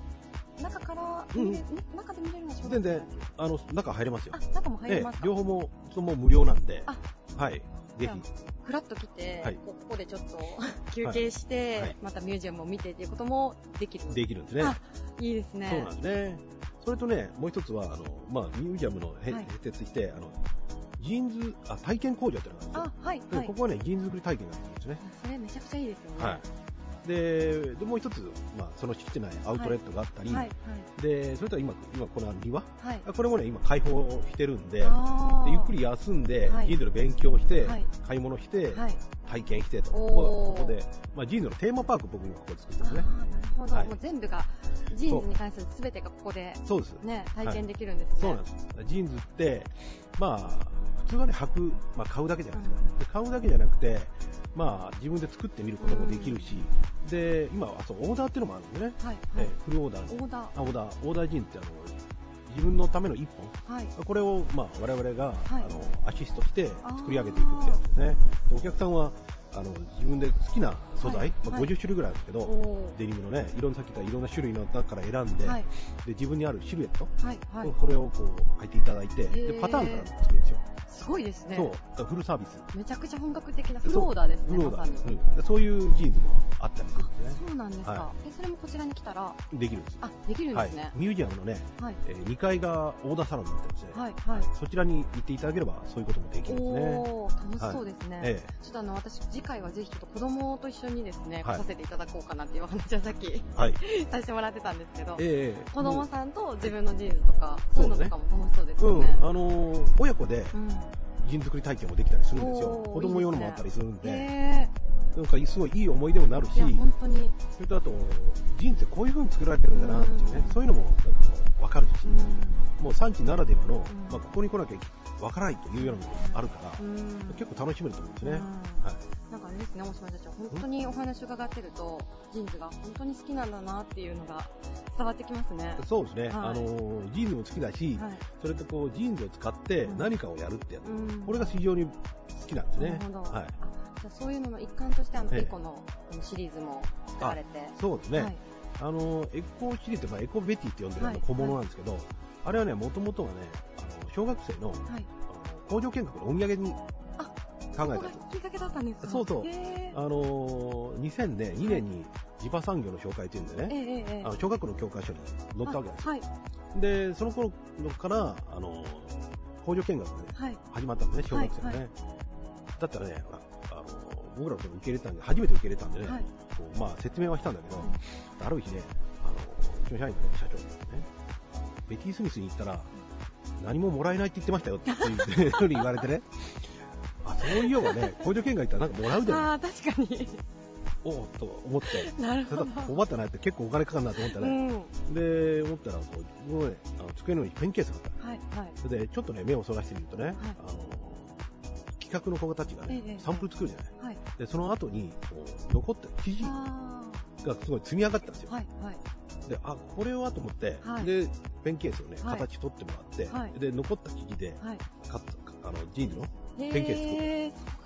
中から見れ、うん、中で見れるのは全然あの中入れますよ。 あ、中も入れますか。 ええ、両方ももう無料なんで、あ、はい、ぜひフラッと来て、はい、ここでちょっと休憩して、はい、またミュージアムを見てっていうこともできる。 できるんですね。 あ、いいですね。 そうなんですね。それとね、もう一つはあの、まあ、ミュージアムの併設して、はい、あのジーンズあ体験工場っていうのがあるんですよ。あ、はいはい、ここはね、ジーンズ作り体験があるんですね。 それめちゃくちゃいいですよね。はい、 で, でもう一つ、まあ、その敷地内アウトレットがあったり、はいはいはい、でそれと今、今この庭、はい、これもね今開放してるん で, でゆっくり休んで、はい、ジーンズの勉強して、はい、買い物して、はい、体験してと、ここで、まあ、ジーンズのテーマパーク僕今ここで作ってますね。 あ、なるほど、はい、もう全部がジーンズに関する全てがここで、 そうです、 ね、体験できるんですね。はい、 そうなんです。ジーンズってまあ普通はね履く、まあ、買うだけじゃなくて、うん、で買うだけじゃなくて、まあ、自分で作ってみることもできるし、うん、で今はそうオーダーっていうのもあるんでね、はいはい、えフルオーダーオーダーあオーダーオーダージーンズってあの自分のための一本、はい、これを、まあ、我々が、はい、あのアシストして作り上げていくってやつですね。でお客さんはあの自分で好きな素材、はい、まあ、ごじゅっしゅるいぐらいあるんですけど、はい、デニムのね、いろんなさっき言ったいろんな種類の中から選んで、はい、で自分にあるシルエット、はいはい、これをこう履いていただいて、でパターンから作るんですよ。 すごいですね。 そう、フルサービス。 めちゃくちゃ本格的なフルオーダーですね。フルオーダー、 うん、そういうジーンズもあったりするんですね。 そうなんですか。はい、えそれもこちらに来たらできるんです。 あ、できるんですね。はい、 ミュージアムのね、はい、えー、にかいがオーダーサロンになってるんですね。はいはい。そちらに行っていただければそういうこともできるんですね。 おー、楽しそうですね。はい、ええ、ちょっとあの私次回はぜひちょっと子供と一緒にですね、来させていただこうかなっていうお話はさっき、はい、させてもらってたんですけど、ええ、子供さんと自分のジーンズとか、うん、そういうのとかも楽しそうですよね。 うん、あのー、親子で、うん、ジーンズ作り体験もできたりするんですよ。子供用のもあったりするんで、なんかすごいいい思い出もなるし、 本当にそれとあとジーンズってこういう風に作られてるんだなっていうね、うん、そういうのもなんか分かるし、うん、もう産地ならではの、うん、まあ、ここに来なきゃ分からないというようなのもあるから、うん、結構楽しめると思うんですね。うん、はい。 なんかあれですね、大島社長、本当にお話を伺ってると、ジーンズが本当に好きなんだなっていうのが伝わってきますね。 そうですね。はい、あのジーンズも好きだし、はい、それとこうジーンズを使って何かをやるってやつ、うん、これが非常に好きなんですね。 なるほど。はい。じゃあそういうのの一環としてあのエコのシリーズも使われて、 そうですね。はい、あのエコシリーズはエコベティって呼んでるの小物なんですけど、はいはい、あれはねもともとはねあの小学生の、はい、あの工場見学のお土産に考えたんです。 きっかけだったんですか。 そうそう。あのにせんにねんに地場産業の紹介というんでね、はい、あの小学校の教科書に載ったわけです。はい、でその頃からあの工場見学がね、はい、始まったんですね、小学生がね。はいはい、だったらね、あの僕らも受け入れたんで初めて受け入れたんでね、はい、こうまあ説明はしたんだけど、うん、ある日ね、あのうちの社員の、ね、社長がね、ベティ・スミスに行ったら何ももらえないって言ってましたよっていうふうに言われてね。あ、そういえばね、工場見学行ったらなんかもらうじゃない。 ああ、確かに。 おおと思って、 なるほど。 困ったなって結構お金かかるなと思ったね。うん、で、思ったらこう、ね、あの机の上にペンケースがあった。はいはい。それでちょっとね目をそらしてみるとね、はい、あの企画の子たちがね、ええ、サンプル作るじゃない。はい、でその後にこう残った生地がすごい積み上がったんですよ。はいはい。で、あ、これはと思って、はい、でペンケースをね、はい、形取ってもらって、はい、で残った生地で、はい、カットあのジーンズのペンケース作って、そこか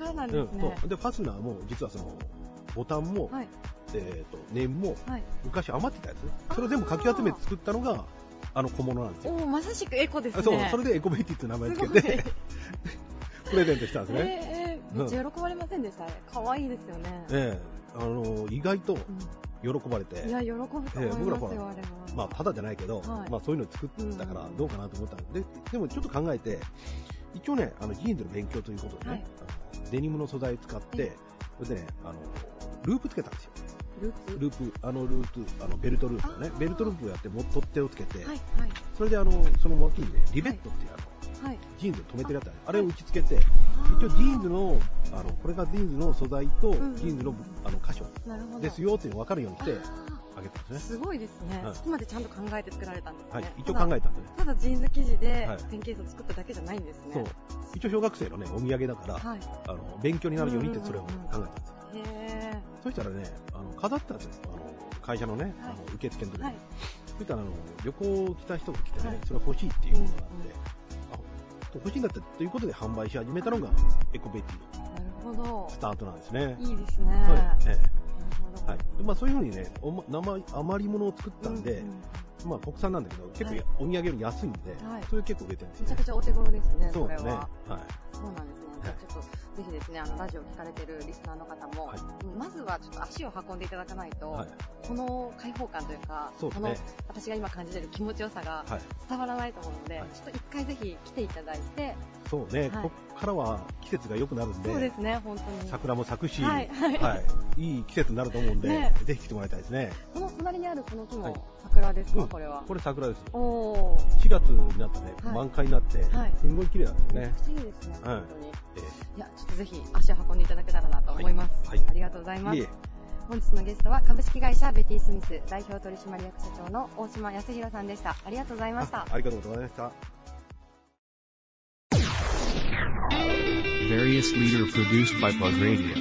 からなんですね。 うん、でファスナーも実はそのボタンも、はい、えー、と念も、はい、昔余ってたやつ、それを全部かき集めて作ったのがあの小物なんですよ。 おまさしくエコですね。 そう、それでエコベイティって名前つけてプレゼントしたんですね。 えー、めっちゃ喜ばれませんでした？可愛いですよね。 ええー、あの意外と喜ばれて、うん、 いや喜ぶと思いますよ、えー、僕らほらあれはまあただじゃないけど、はい、まあそういうの作ったからどうかなと思ったんで、でもちょっと考えて一応ね、あのジーンズの勉強ということでね、はい、デニムの素材を使って、それでね、あのループつけたんですよ。 ループループあのループあのベルトループをね、ベルトループをやっても取っ手をつけて、 はいはい、 それであのその脇にねリベットっていうあの、はい、ジーンズを留めてるやつある、あれを打ち付けて、一応ジーンズのあのこれがジーンズの素材とジーンズの、あの箇所ですよっていうのが分かるようにしてあげたんですね。 すごいですね。はい、そこまでちゃんと考えて作られたんですね。 はい、一応考えたんでね。 ただジーンズ生地でペンケースを作っただけじゃないんですね。 そう。一応小学生のねお土産だから、はい、あの勉強になるようにってそれを考えたんです。 へー。 そしたらね、あの飾ったんですよ。あの会社のね、はい、あの受付のところに、はい、そしたらあの旅行来た人が来てね、はい、それ欲しいっていうのがあって、うんうん、欲しいんだったということで販売し始めたのがエコベイティのスタートなんですね。 いいですね。 はい。ね、はい。まあそういうふうにね、おま、生余り物を作ったんで、うんうん、まあ国産なんだけど結構、はい、お土産より安いんで、はい、それ結構売れてるんですね。 めちゃくちゃお手頃ですね。 そうですね。はい。 そうなんですね。ちょっとぜひですね、あのラジオを聞かれてるリスナーの方も、はい、まずはちょっと足を運んでいただかないと、はい、この開放感というか、 そうですね、 この私が今感じている気持ちよさが伝わらないと思うので、はい、ちょっと一回ぜひ来ていただいて、 そうね、はい、ここからは季節が良くなるんで、 そうですね、本当に桜も咲くし、はいはいはい、いい季節になると思うんで、ね、ぜひ来てもらいたいですね。 この隣にあるこの木も桜ですか、はい、これは。 これ桜です。 おしがつになったね、はい、満開になって、はい、すごい綺麗なんですよね。 めちゃくちゃいいですね、 はい、 本当に。えー、いや、ちょっとぜひ足を運んでいただけたらなと思います。はいはい、ありがとうございます。いえ本日のゲストは株式会社ベティスミス代表取締役社長の大島康弘さんでした。ありがとうございました。 あ, ありがとうございました。 Various Leader produced by Plug Radio。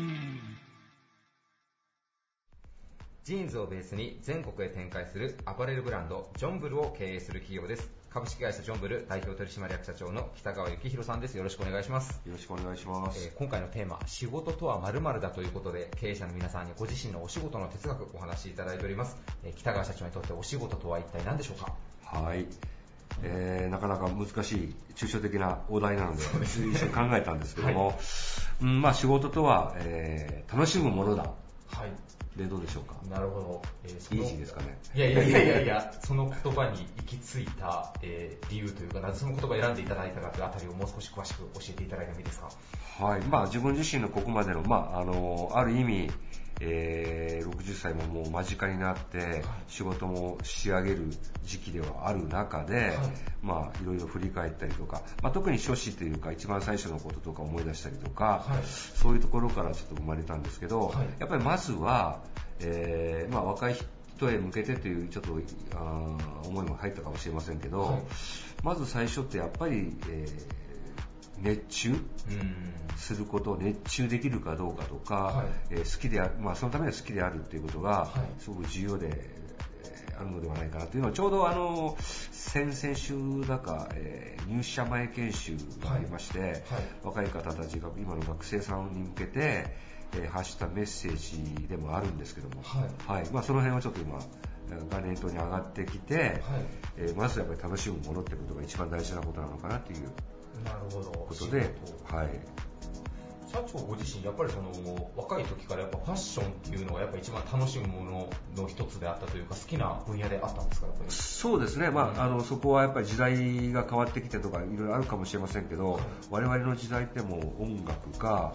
ジーンズをベースに全国へ展開するアパレルブランドジョンブルを経営する企業です。株式会社ジョンブル代表取締役社長の北川幸宏さんです。よろしくお願いします。 よろしくお願いします。 えー、今回のテーマ、仕事とは〇〇だということで、経営者の皆さんにご自身のお仕事の哲学をお話しいただいております。えー、北川社長にとってお仕事とは一体何でしょうか？ はい、えー、なかなか難しい抽象的なお題なので一緒に考えたんですけども、はい、うん、まあ、仕事とは、えー、楽しむものだ。はい。でどうでしょうか。 なるほど。 えー、そのイージーですかね。 いやいやいやいやいや、その言葉に行き着いた、えー、理由というか、なぜその言葉を選んでいただいたかというあたりをもう少し詳しく教えていただいてもいいですか。 はい。まあ自分自身のここまでの、まああのある意味、えー、ろくじゅっさいももう間近になって仕事も仕上げる時期ではある中で、はい、まあいろいろ振り返ったりとか、まあ、特に初心というか一番最初のこととか思い出したりとか、はい、そういうところからちょっと生まれたんですけど、はい、やっぱりまずは、えーまあ、若い人へ向けてというちょっとあ思いも入ったかもしれませんけど、はい、まず最初ってやっぱり、えー熱中することを熱中できるかどうかとか、はい、えー、好きである、まあ、そのためには好きであるということがすごく重要で、えー、あるのではないかなというのは、ちょうどあの先々週だか、えー、入社前研修がありまして、はいはい、若い方たちが今の学生さんに向けて、えー、発したメッセージでもあるんですけども、はいはい、まあ、その辺はちょっと今が念頭に上がってきて、はい、えー、まずやっぱり楽しむものってことが一番大事なことなのかなというなるほどことで、はい、 社長ご自身やっぱりその若い時からやっぱファッションっていうのがやっぱ一番楽しむものの一つであったというか、好きな分野であったんですか？やっぱりそうですね、まあうん、あのそこはやっぱり時代が変わってきてとかいろいろあるかもしれませんけど、はい、我々の時代ってもう音楽か、はい、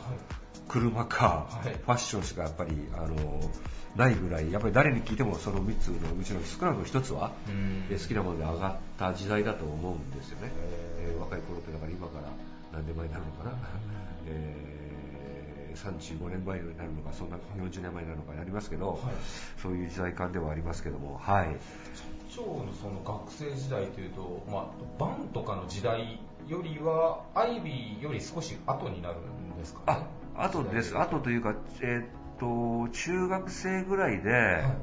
車か、はい、ファッションしかやっぱりあのないぐらい、やっぱり誰に聞いてもそのみっつのうちの少なくともひとつは好きなもので上がった時代だと思うんですよね。えー、若い頃ってだから今から何年前になるのかな、えー、さんじゅうごねんまえになるのか、そんなよんじゅうねんまえになるのかになりますけど、はい、そういう時代感ではありますけども、はい。 社長のその学生時代というと、まあ、バンとかの時代よりはアイビーより少し後になるんですかね。 あ、後です。後というか、えーと中学生ぐらいで、はい、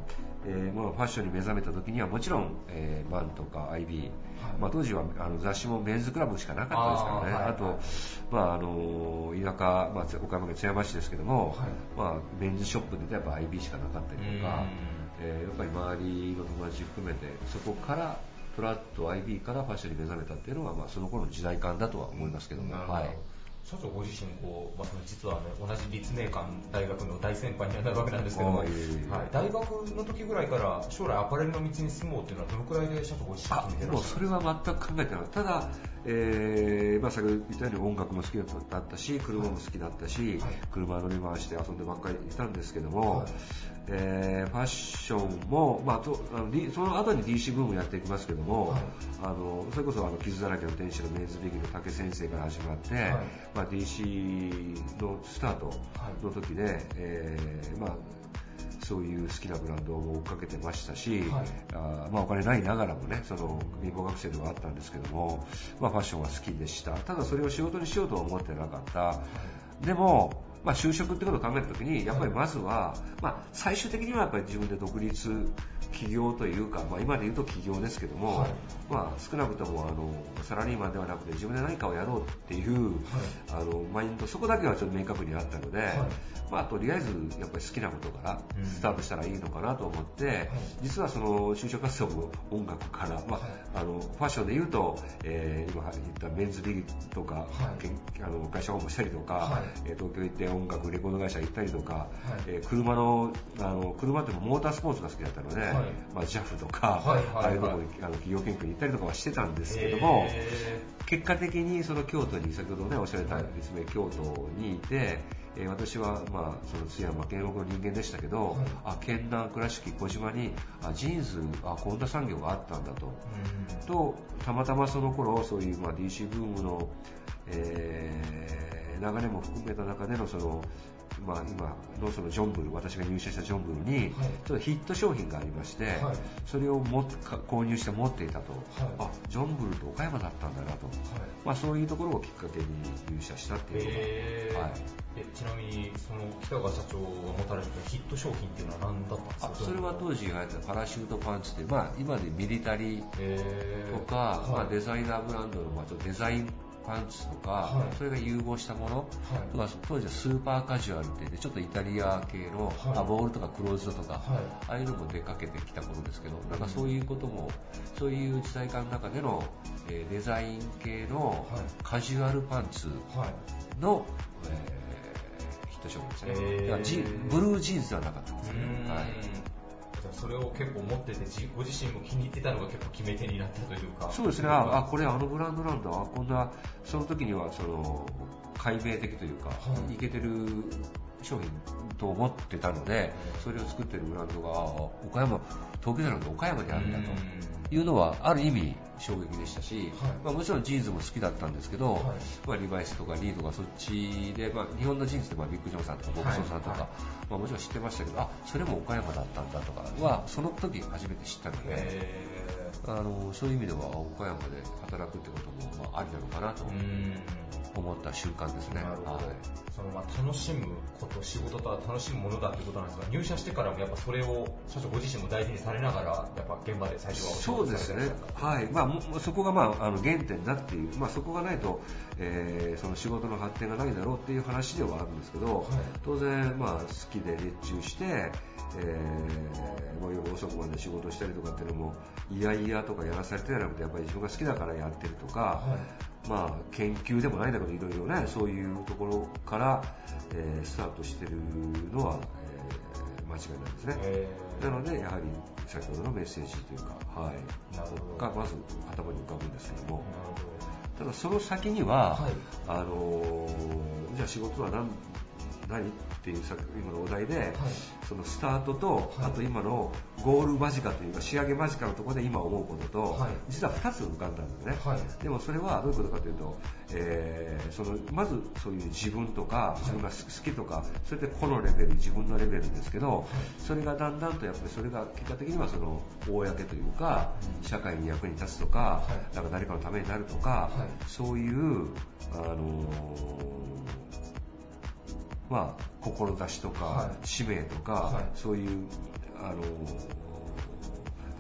えーまあ、ファッションに目覚めた時にはもちろん、えー、バンとか アイビー、はいまあ、当時はあの雑誌もメンズクラブしかなかったですからね。 あ,、はい、あと、まあ、あの田舎、まあ、岡山県津山市ですけども、はいまあ、メンズショップでやっぱ アイビー しかなかったりとか、えー、やっぱり周りの友達含めてそこからトラッド アイビー からファッションに目覚めたっていうのは、まあ、その頃の時代感だとは思いますけども、はい、 社長ご自身こう、まあ、実は、ね、同じ立命館大学の大先輩になるわけなんですけども、はい、大学の時ぐらいから将来アパレルの道に進もうっていうのはどのくらいで社長ご自身決めてらっしゃるんですか？ もうそれは全く考えてなかった。ただ、えーまあ、先ほど言ったように音楽も好きだったし車も好きだったし、はい、車乗り回して遊んでばっかりいたんですけども、はいえー、ファッションも、まあ、とあのその後に ディーシー ブームやっていきますけども、はい、あのそれこそあの傷だらけの天使のメンズビギの竹先生から始まって、はいまあ、ディーシー のスタートの時で、はいえーまあ、そういう好きなブランドを追っかけてましたし、はいあまあ、お金ないながらもねその貧乏学生ではあったんですけども、まあ、ファッションは好きでした。ただそれを仕事にしようとは思ってなかった、はい、でもまあ、就職ってことを考えたときにやっぱりまずは、まあ、最終的にはやっぱり自分で独立起業というか、まあ、今で言うと起業ですけども、はいまあ、少なくともあのサラリーマンではなくて自分で何かをやろうっていう、はい、あのマインドそこだけはちょっと明確にあったので、はいまあ、とりあえずやっぱり好きなことからスタートしたらいいのかなと思って、うん、実はその就職活動も音楽から、まあ、あのファッションで言うと、えー、今言ったメンズリーグとか、はい、あの会社訪問したりとか、はい、東京行って音楽レコード会社行ったりとか、はいえー、車のあの車ってモータースポーツが好きだったので、はいまあ、ジャフ とか、はいはいはい、ああいうところにあの企業研究に行ったりとかはしてたんですけども、結果的にその京都に先ほどねおっしゃられた立命京都にいて、えー、私は、まあ、その津山県北の人間でしたけど、はい、あ県南倉敷小島にあジーンズあこんな産業があったんだと、うん、とたまたまその頃そういう、まあ、ディーシー ブームの、えー、流れも含めた中でのそのまあ、今のそのジョンブル私が入社したジョンブルに、はい、ちょっとヒット商品がありまして、はい、それをも購入して持っていたと、はい、あジョンブルと岡山だったんだなと、はいまあ、そういうところをきっかけに入社したっていうのが、 えーはい、えちなみにその北川社長が持たれてたヒット商品っていうのは何だったんですか？ あそれは当時流行ってたパラシュートパンツって、まあ、今でミリタリーとか、えーはいまあ、デザイナーブランドの、まあ、ちょっとデザインパンツとか、はい、それが融合したもの、はい、当時はスーパーカジュアルってちょっとイタリア系の、はい、あボールとかクローズドとか、はい、ああいうのも出かけてきたことですけど、なんかそういうことも、うん、そういう時代感の中での、えー、デザイン系のカジュアルパンツの、はいえー、ヒット商品ですね、えー、だからジブルージーンズではなかったんですね。はいそれを結構持っててご自身も気に入ってたのが結構決め手になったというか。 そうですね。ああこれあのブランドなんだ。こんなその時にはその解明的というか、はい、いけてる商品と思ってたので、それを作ってるブランドが岡山東京じゃなくて岡山にあるんだというのはある意味衝撃でしたし、はいまあ、もちろんジーンズも好きだったんですけど、はいまあ、リバイスとかリードがそっちで、まあ、日本のジーンズでまあビッグジョンさんとかボクソンさんとか、はいはいまあ、もちろん知ってましたけど、あそれも岡山だったんだとかはその時初めて知ったので、あのそういう意味では岡山で働くってこともまあありなのかなと思った習慣ですね。 なるほど、はい、そのまあ楽しむこと仕事とは楽しむものだってことなんですが、入社してからもやっぱそれを社長ご自身も大事にされながらやっぱ現場で最初はお仕事されてらっしゃった。そうですね、 はいまあ、そこが、まあ、あの原点だっていう、まあ、そこがないと、えー、その仕事の発展がないだろうっていう話ではあるんですけど、はい、当然、まあ、好きで熱中して、えーまあ、夜遅くまで仕事したりとかっていうのもいやいやとかやらされてなくてやっぱり自分が好きだからやってるとか、はいまあ、研究でもないんだけどいろいろねそういうところから、えー、スタートしてるのは、えー、間違いないですね、えー、なのでやはり先ほどのメッセージというか、はい、なるほどがまず頭に浮かぶんですけども、なるほど。ただその先には、はい、あのー、じゃあ仕事は何何っていう今のお題で、はい、そのスタートと、はい、あと今のゴール間近というか仕上げ間近のところで今思うことと、はい、実はふたつ浮かんだんですね、はい、でもそれはどういうことかというと、えー、そのまずそういう自分とか自分が好きとか、それで個のレベル自分のレベルですけど、はい、それがだんだんとやっぱりそれが結果的にはその公というか、うん、社会に役に立つとか、はい、なんか誰かのためになるとか、はい、そういうあのーまあ、志とか、はい、使命とか、はい、そういうあの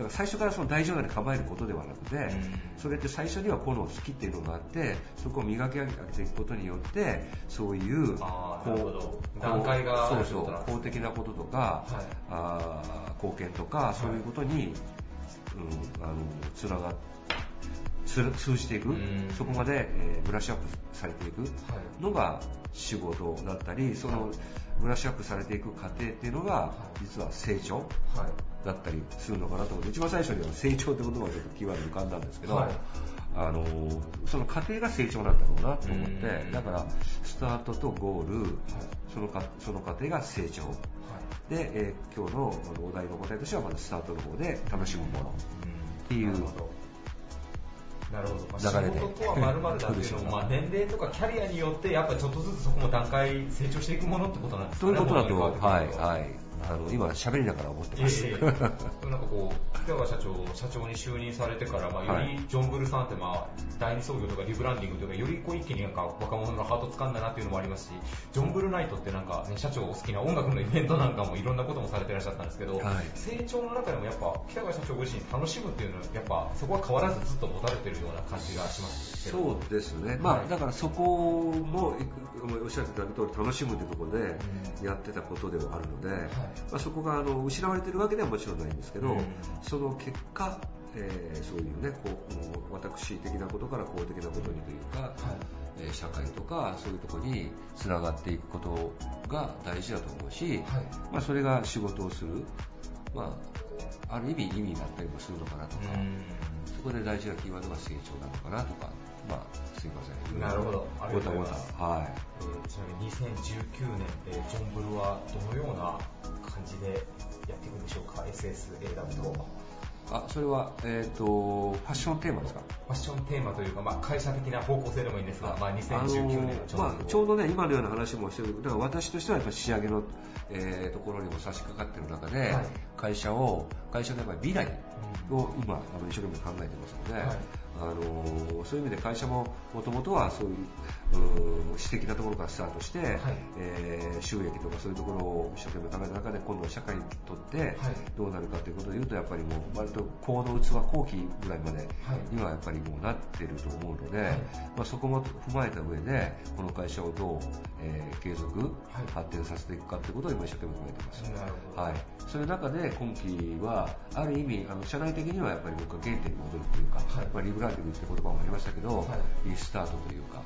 から最初からその大丈夫に構えることではなくて、うん、それって最初にはこの好きっていうのがあってそこを磨き上げていくことによってそういうあこう段階がそうそう公的なこととか、はい、あ貢献とかそういうことに、はいうん、あのつながって通じていく、そこまで、えー、ブラッシュアップされていくのが仕事だったり、そのブラッシュアップされていく過程っていうのが実は成長だったりするのかなと思って、一番最初には成長って言葉がちょっとキーワード浮かんだんですけど、はい、あのその過程が成長なんだろうなと思って、だからスタートとゴール、はい、そのかその過程が成長、はい、で、えー、今日のお題の答えとしてはまずスタートの方で楽しむものっていう。 なるほど、まあ、仕事とは〇〇だっていうのも、まあ、年齢とかキャリアによってやっぱりちょっとずつそこも段階成長していくものってことなんですかね。 ということだと、はいはい、あの今喋りながら思ってます。えー、 なんかこう北川社長社長に就任されてから、まあ、よりジョンブルさんって、まあ、第二創業とかリブランディングとかよりこう一気になんか若者のハート掴んだなっていうのもありますし、ジョンブルナイトってなんか、ね、社長お好きな音楽のイベントなんかもいろんなこともされていらっしゃったんですけど、はい、成長の中でもやっぱ北川社長ご自身楽しむっていうのはやっぱそこは変わらずずっと持たれてるような感じがしますけど。 そうですね、まあ、はい、だからそこもおっしゃってた通り楽しむというところでやってたことではあるので、はい、まあ、そこがあの失われているわけではもちろんないんですけど、うん、その結果、えー、そういうねこう私的なことから公的なことにというか、はい、えー、社会とかそういうところにつながっていくことが大事だと思うし、はい、まあ、それが仕事をする、まあ、ある意味意味があったりもするのかなとか、うん、そこで大事なキーワードが成長なのかなとか、まあ、すいません。 なるほど、ありがとうございます。 はい、 えー、ちなみににせんじゅうきゅうねん、えー、ジョンブルはどのような感じでやっていくんでしょうか。 エスエスエーダブリュー とあ、それは、えー、とファッションテーマですか。 ファッションテーマというか、まあ、会社的な方向性でもいいんですが、まあ、にせんじゅうきゅうねんのちょうど、 まあ、ちょうどね今のような話もしてる。だから私としてはやっぱ仕上げの、えー、ところにも差し掛かっている中で、はい、会社を会社のやっぱり未来を今あの一生懸命考えてますので、はい、あのそういう意味で会社ももともとはそういう私的なところからスタートして、はい、えー、収益とかそういうところを一生懸命考えた中で今度は社会にとってどうなるかということでいうとやっぱりもう割と高の器後期ぐらいまでにはやっぱりもうなっていると思うので、はい、まあ、そこも踏まえた上でこの会社をどう、えー、継続、はい、発展させていくかということを今一生懸命考えています。なるほど。はい、そういう中で今期はある意味あの社内的にはやっぱり僕は原点に戻るというか、はい、まあ、リブランディングって言葉もありましたけど、はい、リスタートというか、はい、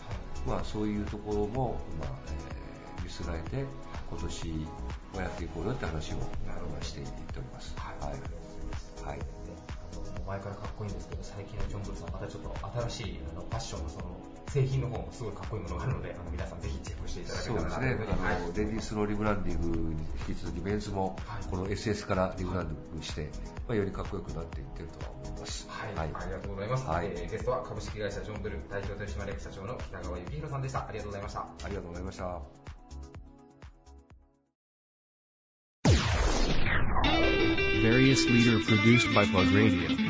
まあ、そういうところも、まあえー、見据えて今年はやっていこうよって話をしていっております。はい、はい、 前からかっこいいんですけど最近のジョンブルさんまたちょっと新しいあのファッションのその製品の方もすごいかっこいいものがあるので、あの皆さんぜひチェックしていただけたらなと思います。そうですね、あの、はい、レディースのリブランディングに引き続きメンズもこの エスエス からリブランディングして、はい、まあ、よりかっこよくなっていってるとは思います。はい、はい、ありがとうございます。はい、えー、ゲストは株式会社ジョンブル代表取締役社長の北川幸宏さんでした。ありがとうございました。 ありがとうございました。 Various Leader produced by Plug Radio。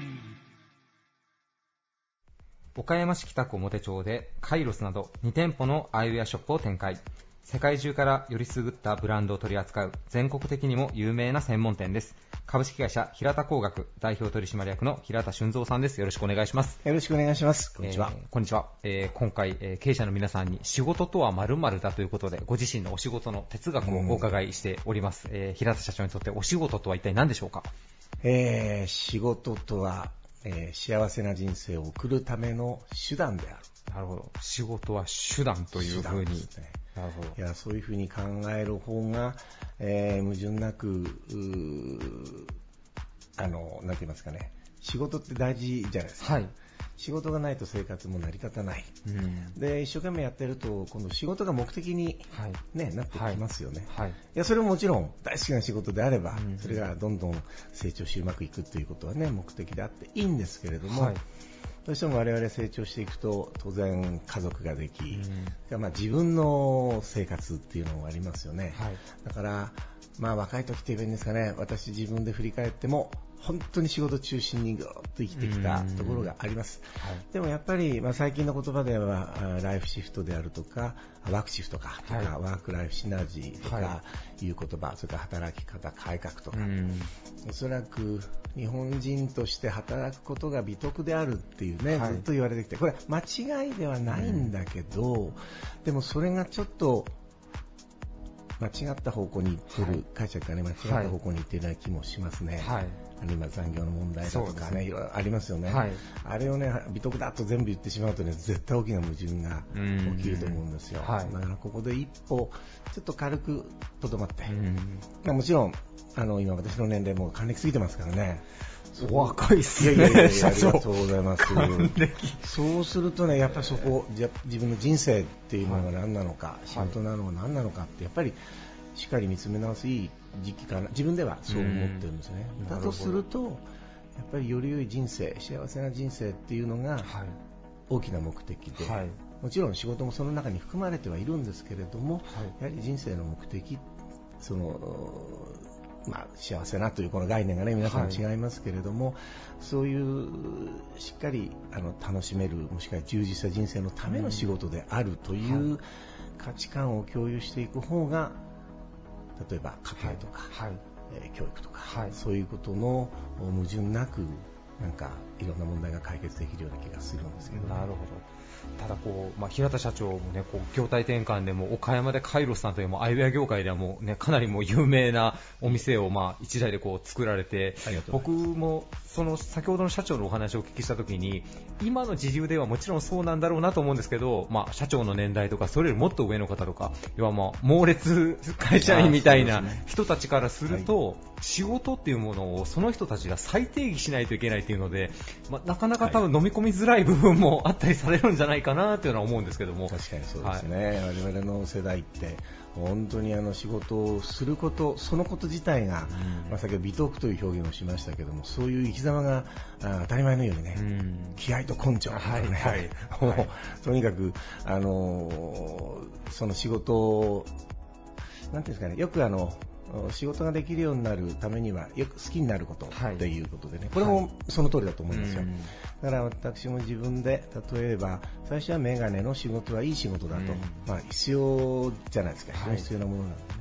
岡山市北区表町でカイロスなどに店舗のアイウェアショップを展開。世界中からよりすぐったブランドを取り扱う全国的にも有名な専門店です。株式会社平田工学代表取締役の平田俊三さんです。よろしくお願いします。 よろしくお願いします。こんにちは。 えー、こんにちは。えー、今回、えー、経営者の皆さんに仕事とは〇〇だということでご自身のお仕事の哲学をお伺いしております。うん、えー、平田社長にとってお仕事とは一体何でしょうか。 えー、仕事とはえー、幸せな人生を送るための手段である。 なるほど。仕事は手段というふうに。ですね。 なるほど。いや、そういうふうに考える方が、えー、矛盾なく、あの、なんて言いますかね。仕事って大事じゃないですか。はい。仕事がないと生活も成り立たない。うん、で、一生懸命やってると、今度仕事が目的に、ね、はい、なってきますよね。はい。いや、それももちろん大好きな仕事であれば、うん、それがどんどん成長しうまくいくということはね、目的であっていいんですけれども、はい、どうしても我々成長していくと、当然家族ができ、うん、まあ自分の生活っていうのがありますよね。はい。だから、まあ若い時って言えばいいんですかね、私自分で振り返っても、 本当に仕事中心にぐーっと生きてきたところがあります、はい、でもやっぱり、まあ、最近の言葉ではライフシフトであるとかワークシフトかとか、はい、ワークライフシナジーとかいう言葉、はい、それから働き方改革とか、おそらく日本人として働くことが美徳であるっていうね、はい、ずっと言われてきて、これ間違いではないんだけど、でもそれがちょっと間違った方向に行ってる、はい、解釈がね間違った方向に行っているような気もしますね、はい、今残業の問題だとかね、いろいろありますよね、はい、あれをね美徳だと全部言ってしまうとね絶対大きな矛盾が起きると思うんですよ、はい、だからここで一歩ちょっと軽くとどまって、まあ、もちろんあの今私の年齢も還暦過ぎてますからね、 お若いっすね。 いやいやいや、ありがとうございます。そうするとね、やっぱりそこ、じゃ自分の人生っていうのが何なのか、はい、仕事なのが何なのかって、やっぱりしっかり見つめ直すいい時期かな、自分ではそう思ってるんですね。だとすると、やっぱりより良い人生、幸せな人生っていうのが大きな目的で、はい、もちろん仕事もその中に含まれてはいるんですけれども、はい、やはり人生の目的、そのまあ、幸せなというこの概念がね皆さん違いますけれども、はい、そういうしっかりあの楽しめるもしくは充実した人生のための仕事であるという価値観を共有していく方が、例えば家庭とか、はいえー、教育とか、はい、そういうことの矛盾なくなんかいろんな問題が解決できるような気がするんですけど、ね、 なるほど。ただこう、まあ、平田社長も、ね、こう業態転換でも岡山でカイロスさんというもアイウェア業界ではもう、ね、かなりもう有名なお店をまあ一台でこう作られて、僕もその先ほどの社長のお話をお聞きしたときに今の時流ではもちろんそうなんだろうなと思うんですけど、まあ、社長の年代とかそれよりもっと上の方とか要はまあ猛烈会社員みたいな人たちからすると、仕事っていうものをその人たちが再定義しないといけないというので、まあ、なかなか多分飲み込みづらい部分もあったりされるんじゃないかなというのは思うんですけども。 確かにそうですね、はい、我々の世代って本当にあの仕事をすることそのこと自体が、うんまあ、先ほど美徳という表現をしましたけども、そういう生き様が当たり前のようにね、うん、気合と根性とかね、はいはいもう、はい、とにかくあのその仕事をなんていうんですかね、よくあの仕事ができるようになるためにはよく好きになることということでね、はい、これもその通りだと思いますよ、はい、だから私も自分で例えば最初はメガネの仕事はいい仕事だと、まあ、必要じゃないですか、非常に必要なものなんでね、はい、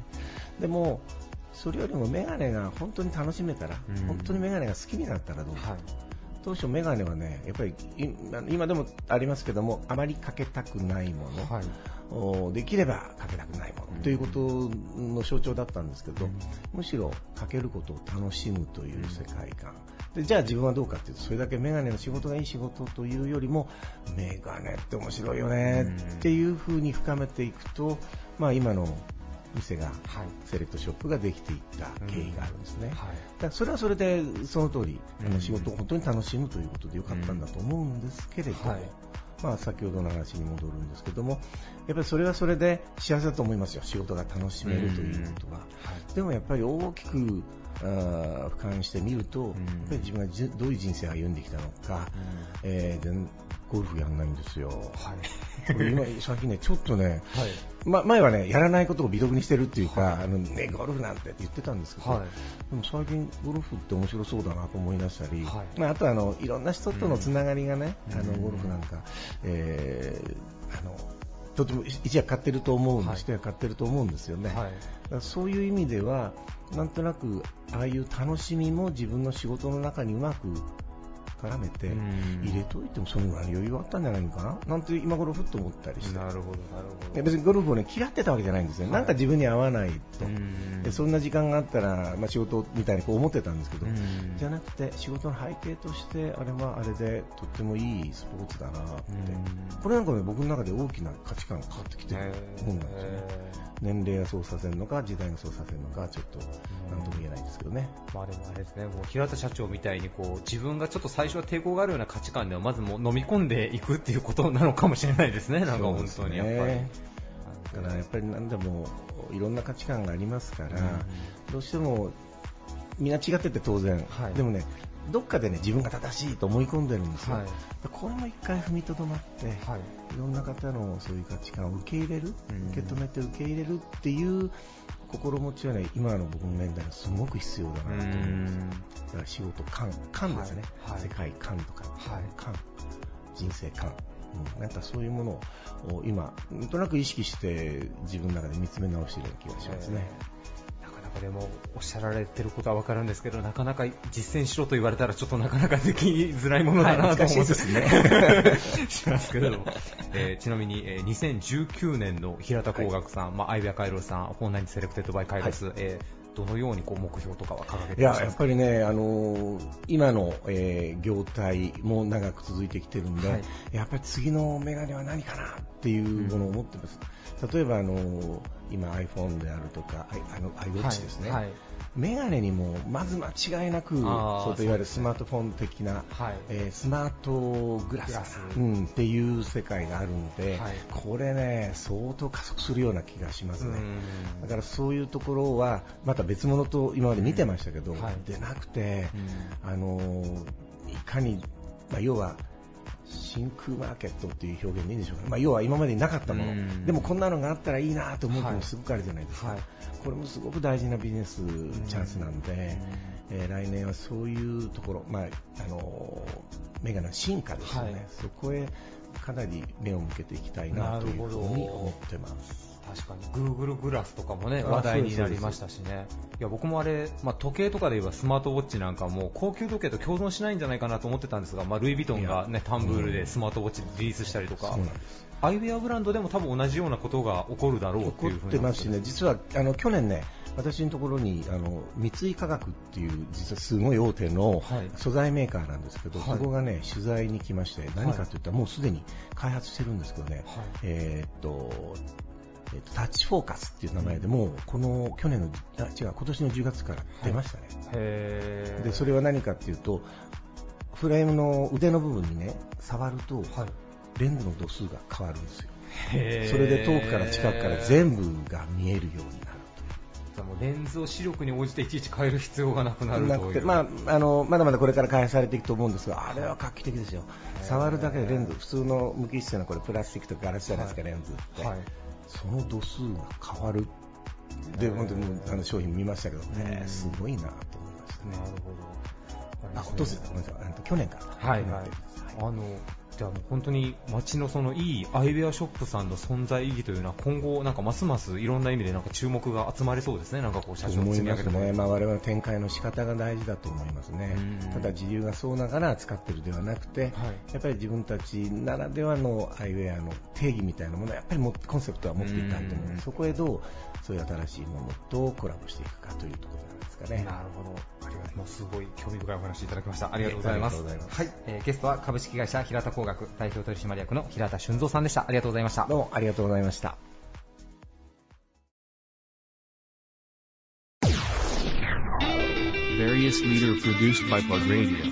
でもそれよりもメガネが本当に楽しめたら、本当にメガネが好きになったらどうか、はい、当初メガネはねやっぱり今でもありますけどもあまりかけたくないもの、はいできればかけたくないものということの象徴だったんですけど、むしろかけることを楽しむという世界観で、じゃあ自分はどうかというと、それだけメガネの仕事がいい仕事というよりもメガネって面白いよねっていう風に深めていくと、まあ、今の店が、はい、セレクトショップができていった経緯があるんですね、うんはい、だからそれはそれでその通り、うん、仕事を本当に楽しむということでよかったんだと思うんですけれども、はいまあ、先ほどの話に戻るんですけども、やっぱりそれはそれで幸せだと思いますよ、仕事が楽しめるということは、はい、でもやっぱり大きくあ俯瞰してみると、やっぱり自分がじどういう人生を歩んできたのか、えー、ゴルフやんないんですよ、はい、これ今最近ねちょっとね、はいま、前はねやらないことを美徳にしてるっていうか、はいあのね、ゴルフなんて言ってたんですけど、はい、でも最近ゴルフって面白そうだなと思い出したり、はいまあ、あとはあのいろんな人とのつながりがね、うん、あのゴルフなんか、えー、あのとても一役買ってると思うんです、はい、一役買ってると思うんですよね、はい、だからそういう意味ではなんとなくああいう楽しみも自分の仕事の中にうまく絡めて入れといてもそのぐらい余裕があったんじゃないのかななんて今頃ふっと思ったりして、なるほどなるほど、別にゴルフを、ね、嫌ってたわけじゃないんですよ、はい、なんか自分に合わないと、でそんな時間があったら、まあ、仕事みたいにこう思ってたんですけど、じゃなくて仕事の背景としてあれはあれでとってもいいスポーツだなって、これなんか、ね、僕の中で大きな価値観が変わってきてるもんなんですよね。年齢がそうさせるのか時代がそうさせるのかちょっと何とも言えないですけどね。 まあでもあれですね、もう平田社長みたいにこう自分がちょっと最初は抵抗があるような価値観ではまずもう飲み込んでいくっていうことなのかもしれないですね。なんか本当にやっぱり、ね、 だからやっぱり何でもいろんな価値観がありますから、うん、どうしてもみんな違ってて当然、はい、でもねどっかでね自分が正しいと思い込んでるんですよ、はい、これも一回踏みとどまって、はい、いろんな方のそういう価値観を受け入れる、うん、受け止めて受け入れるっていう心持ちはね、今の僕の年代にすごく必要だなと思います。だから仕事観、観ですね。はいはい、世界観とか、はい、観、人生観。うん、なんかそういうものを今、なんとなく意識して自分の中で見つめ直しているような気がしますね。 なかなかでもおっしゃられてることは分かるんですけど、なかなか実践しろと言われたらちょっとなかなかできづらいものだなと思ってしますけれども、えー、ちなみに、えー、にせんじゅうきゅうねんの平田工学さん、はい、まあ、相部屋カイロスさん、フォーナインセレクテッドバイカイロス、はい、えーどのようにこう目標とかは掲げていらっしゃいますか？ いや、やっぱりね、あのー、今の、えー、業態も長く続いてきてるんで、はい、やっぱり次のメガネは何かなっていうものを思ってます。うん、例えば、あのー、今 iPhone であるとか、あの iWatch ですね。はいはい、メガネにもまず間違いなくそうといわれるスマートフォン的な、はい、えー、スマートグラス、グラス、うん、っていう世界があるので、はい、これね相当加速するような気がしますね。だからそういうところはまた別物と今まで見てましたけど、はい、でなくて、あのいかに、まあ、要は真空マーケットっていう表現でいいんでしょうか、まあ、要は今までになかったもの、でもこんなのがあったらいいなと思うのもすごくあるじゃないですか。はい、これもすごく大事なビジネスチャンスなんで、えー、来年はそういうところ、まああのー、メガネの進化ですよね、はい、そこへかなり目を向けていきたいなというふうに思ってます。 確かに Google グラスとかもね話題になりましたしね。いや僕もあれ、まあ、時計とかで言えばスマートウォッチなんかも高級時計と共存しないんじゃないかなと思ってたんですが、まあ、ルイ・ヴィトンが、ね、タンブールでスマートウォッチリリースしたりとか、アイウェアブランドでも多分同じようなことが起こるだろうっていうふうに起こってますしね。実はあの去年ね私のところにあの三井化学っていう実はすごい大手の素材メーカーなんですけど、はい、そこがね取材に来まして、何かといったらもうすでに開発してるんですけどね、はい、えー、っとえー、とタッチフォーカスっていう名前でも、うん、この去年のあ違う今年のじゅうがつから出ましたね。はい、へー。でそれは何かっていうとフレームの腕の部分にね触ると、はい、レンズの度数が変わるんですよ。へー。それで遠くから近くから全部が見えるようになる。 もうレンズを視力に応じていちいち変える必要がなくなるという。なくて、 まあ、あのまだまだこれから開発されていくと思うんですが、あれは画期的ですよ。触るだけでレンズ、普通の無機質なこれプラスチックとかガラスじゃないですか、はい、レンズって、はい、その度数が変わるで本当にあの商品見ましたけどね、すごいなと思いましたね。なるほど。あ、今年ごめんなさい、去年から。はいはい。 あのじゃあもう本当に街のそのいいアイウェアショップさんの存在意義というのは今後なんかますますいろんな意味でなんか注目が集まりそうですね。なんかこう社長の積み上げてもね、まあ、我々の展開の仕方が大事だと思いますね。ただ自由がそうながら使ってるではなくて、はい、やっぱり自分たちならではのアイウェアの定義みたいなものはやっぱりもコンセプトは持っていきたいと思うので、そこへどうそういう新しいものとコラボしていくかというところなんですかね。 なるほど。ありがとうございます。すごい興味深いお話いただきました。ありがとうございます。はい、えー、ゲストは株式会社平田工学代表取締役の平田俊三さんでした。ありがとうございました。 どうもありがとうございました。 Various Leader produced by Plug Radio。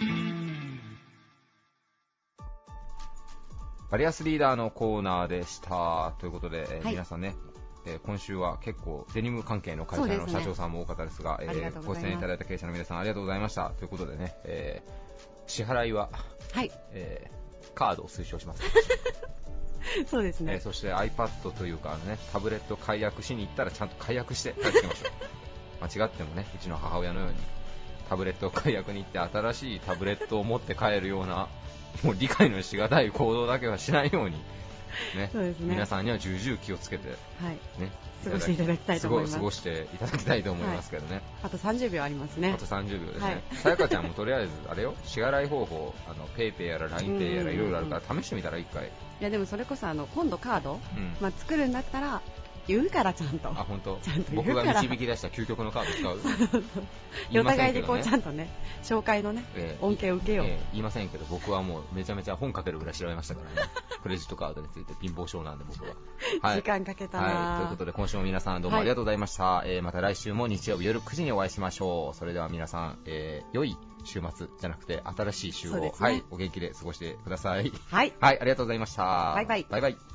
バリアスリーダーのコーナーでしたということで、えーはい、皆さんね、えー、今週は結構デニム関係の会社の社長さんも多かったですが、えー、ご出演いただいた経営者の皆さんありがとうございましたということでね、えー、支払いは、はい、えー、カードを推奨しますそうですね、 えー、そして iPad というか、あの、ね、タブレット解約しに行ったらちゃんと解約して帰ってきましょう間違ってもね、うちの母親のようにタブレット解約に行って新しいタブレットを持って帰るようなもう理解のしがたい行動だけはしないようにね、そうですね、皆さんには重々気をつけて、はいね、 過ごしていただきたいと思います。 過ごしていただきたいと思いますけどね、はい、 あとさんじゅうびょうありますね。 あとさんじゅうびょうですね。さやかちゃんもとりあえずあれよ、支払い方法、あのペイペイやら ライン ペイやらいろいろあるから試してみたら一回。いやでもそれこそあの今度カード、うん、まあ、作るんだったら言うからちゃんと。 あ、本当。ちゃんと言うから。僕が導き出した究極のカード使う。そうそうそう。お互いでこうちゃんとね、紹介のね、えー、恩恵を受けよう、えー。 言いませんけど、僕はもうめちゃめちゃ本書けるぐらい調べましたからね。クレジットカードについて貧乏症なんで僕は。 はい。時間かけたな、 はい。ということで今週も皆さんどうもありがとうございました。はい、えー、また来週も日曜日夜くじにお会いしましょう。それでは皆さん、えー、良い週末じゃなくて新しい週を、ね、はい、お元気で過ごしてください。はい。はい、ありがとうございました。バイバイ。バイバイ。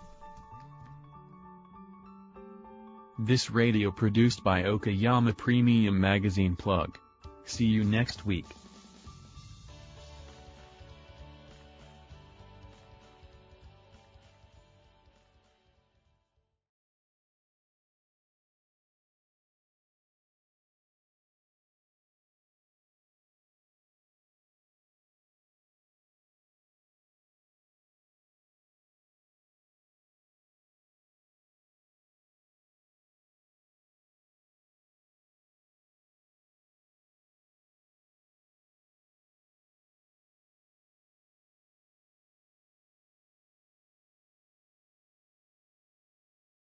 This radio produced by Okayama Premium Magazine Plug. See you next week.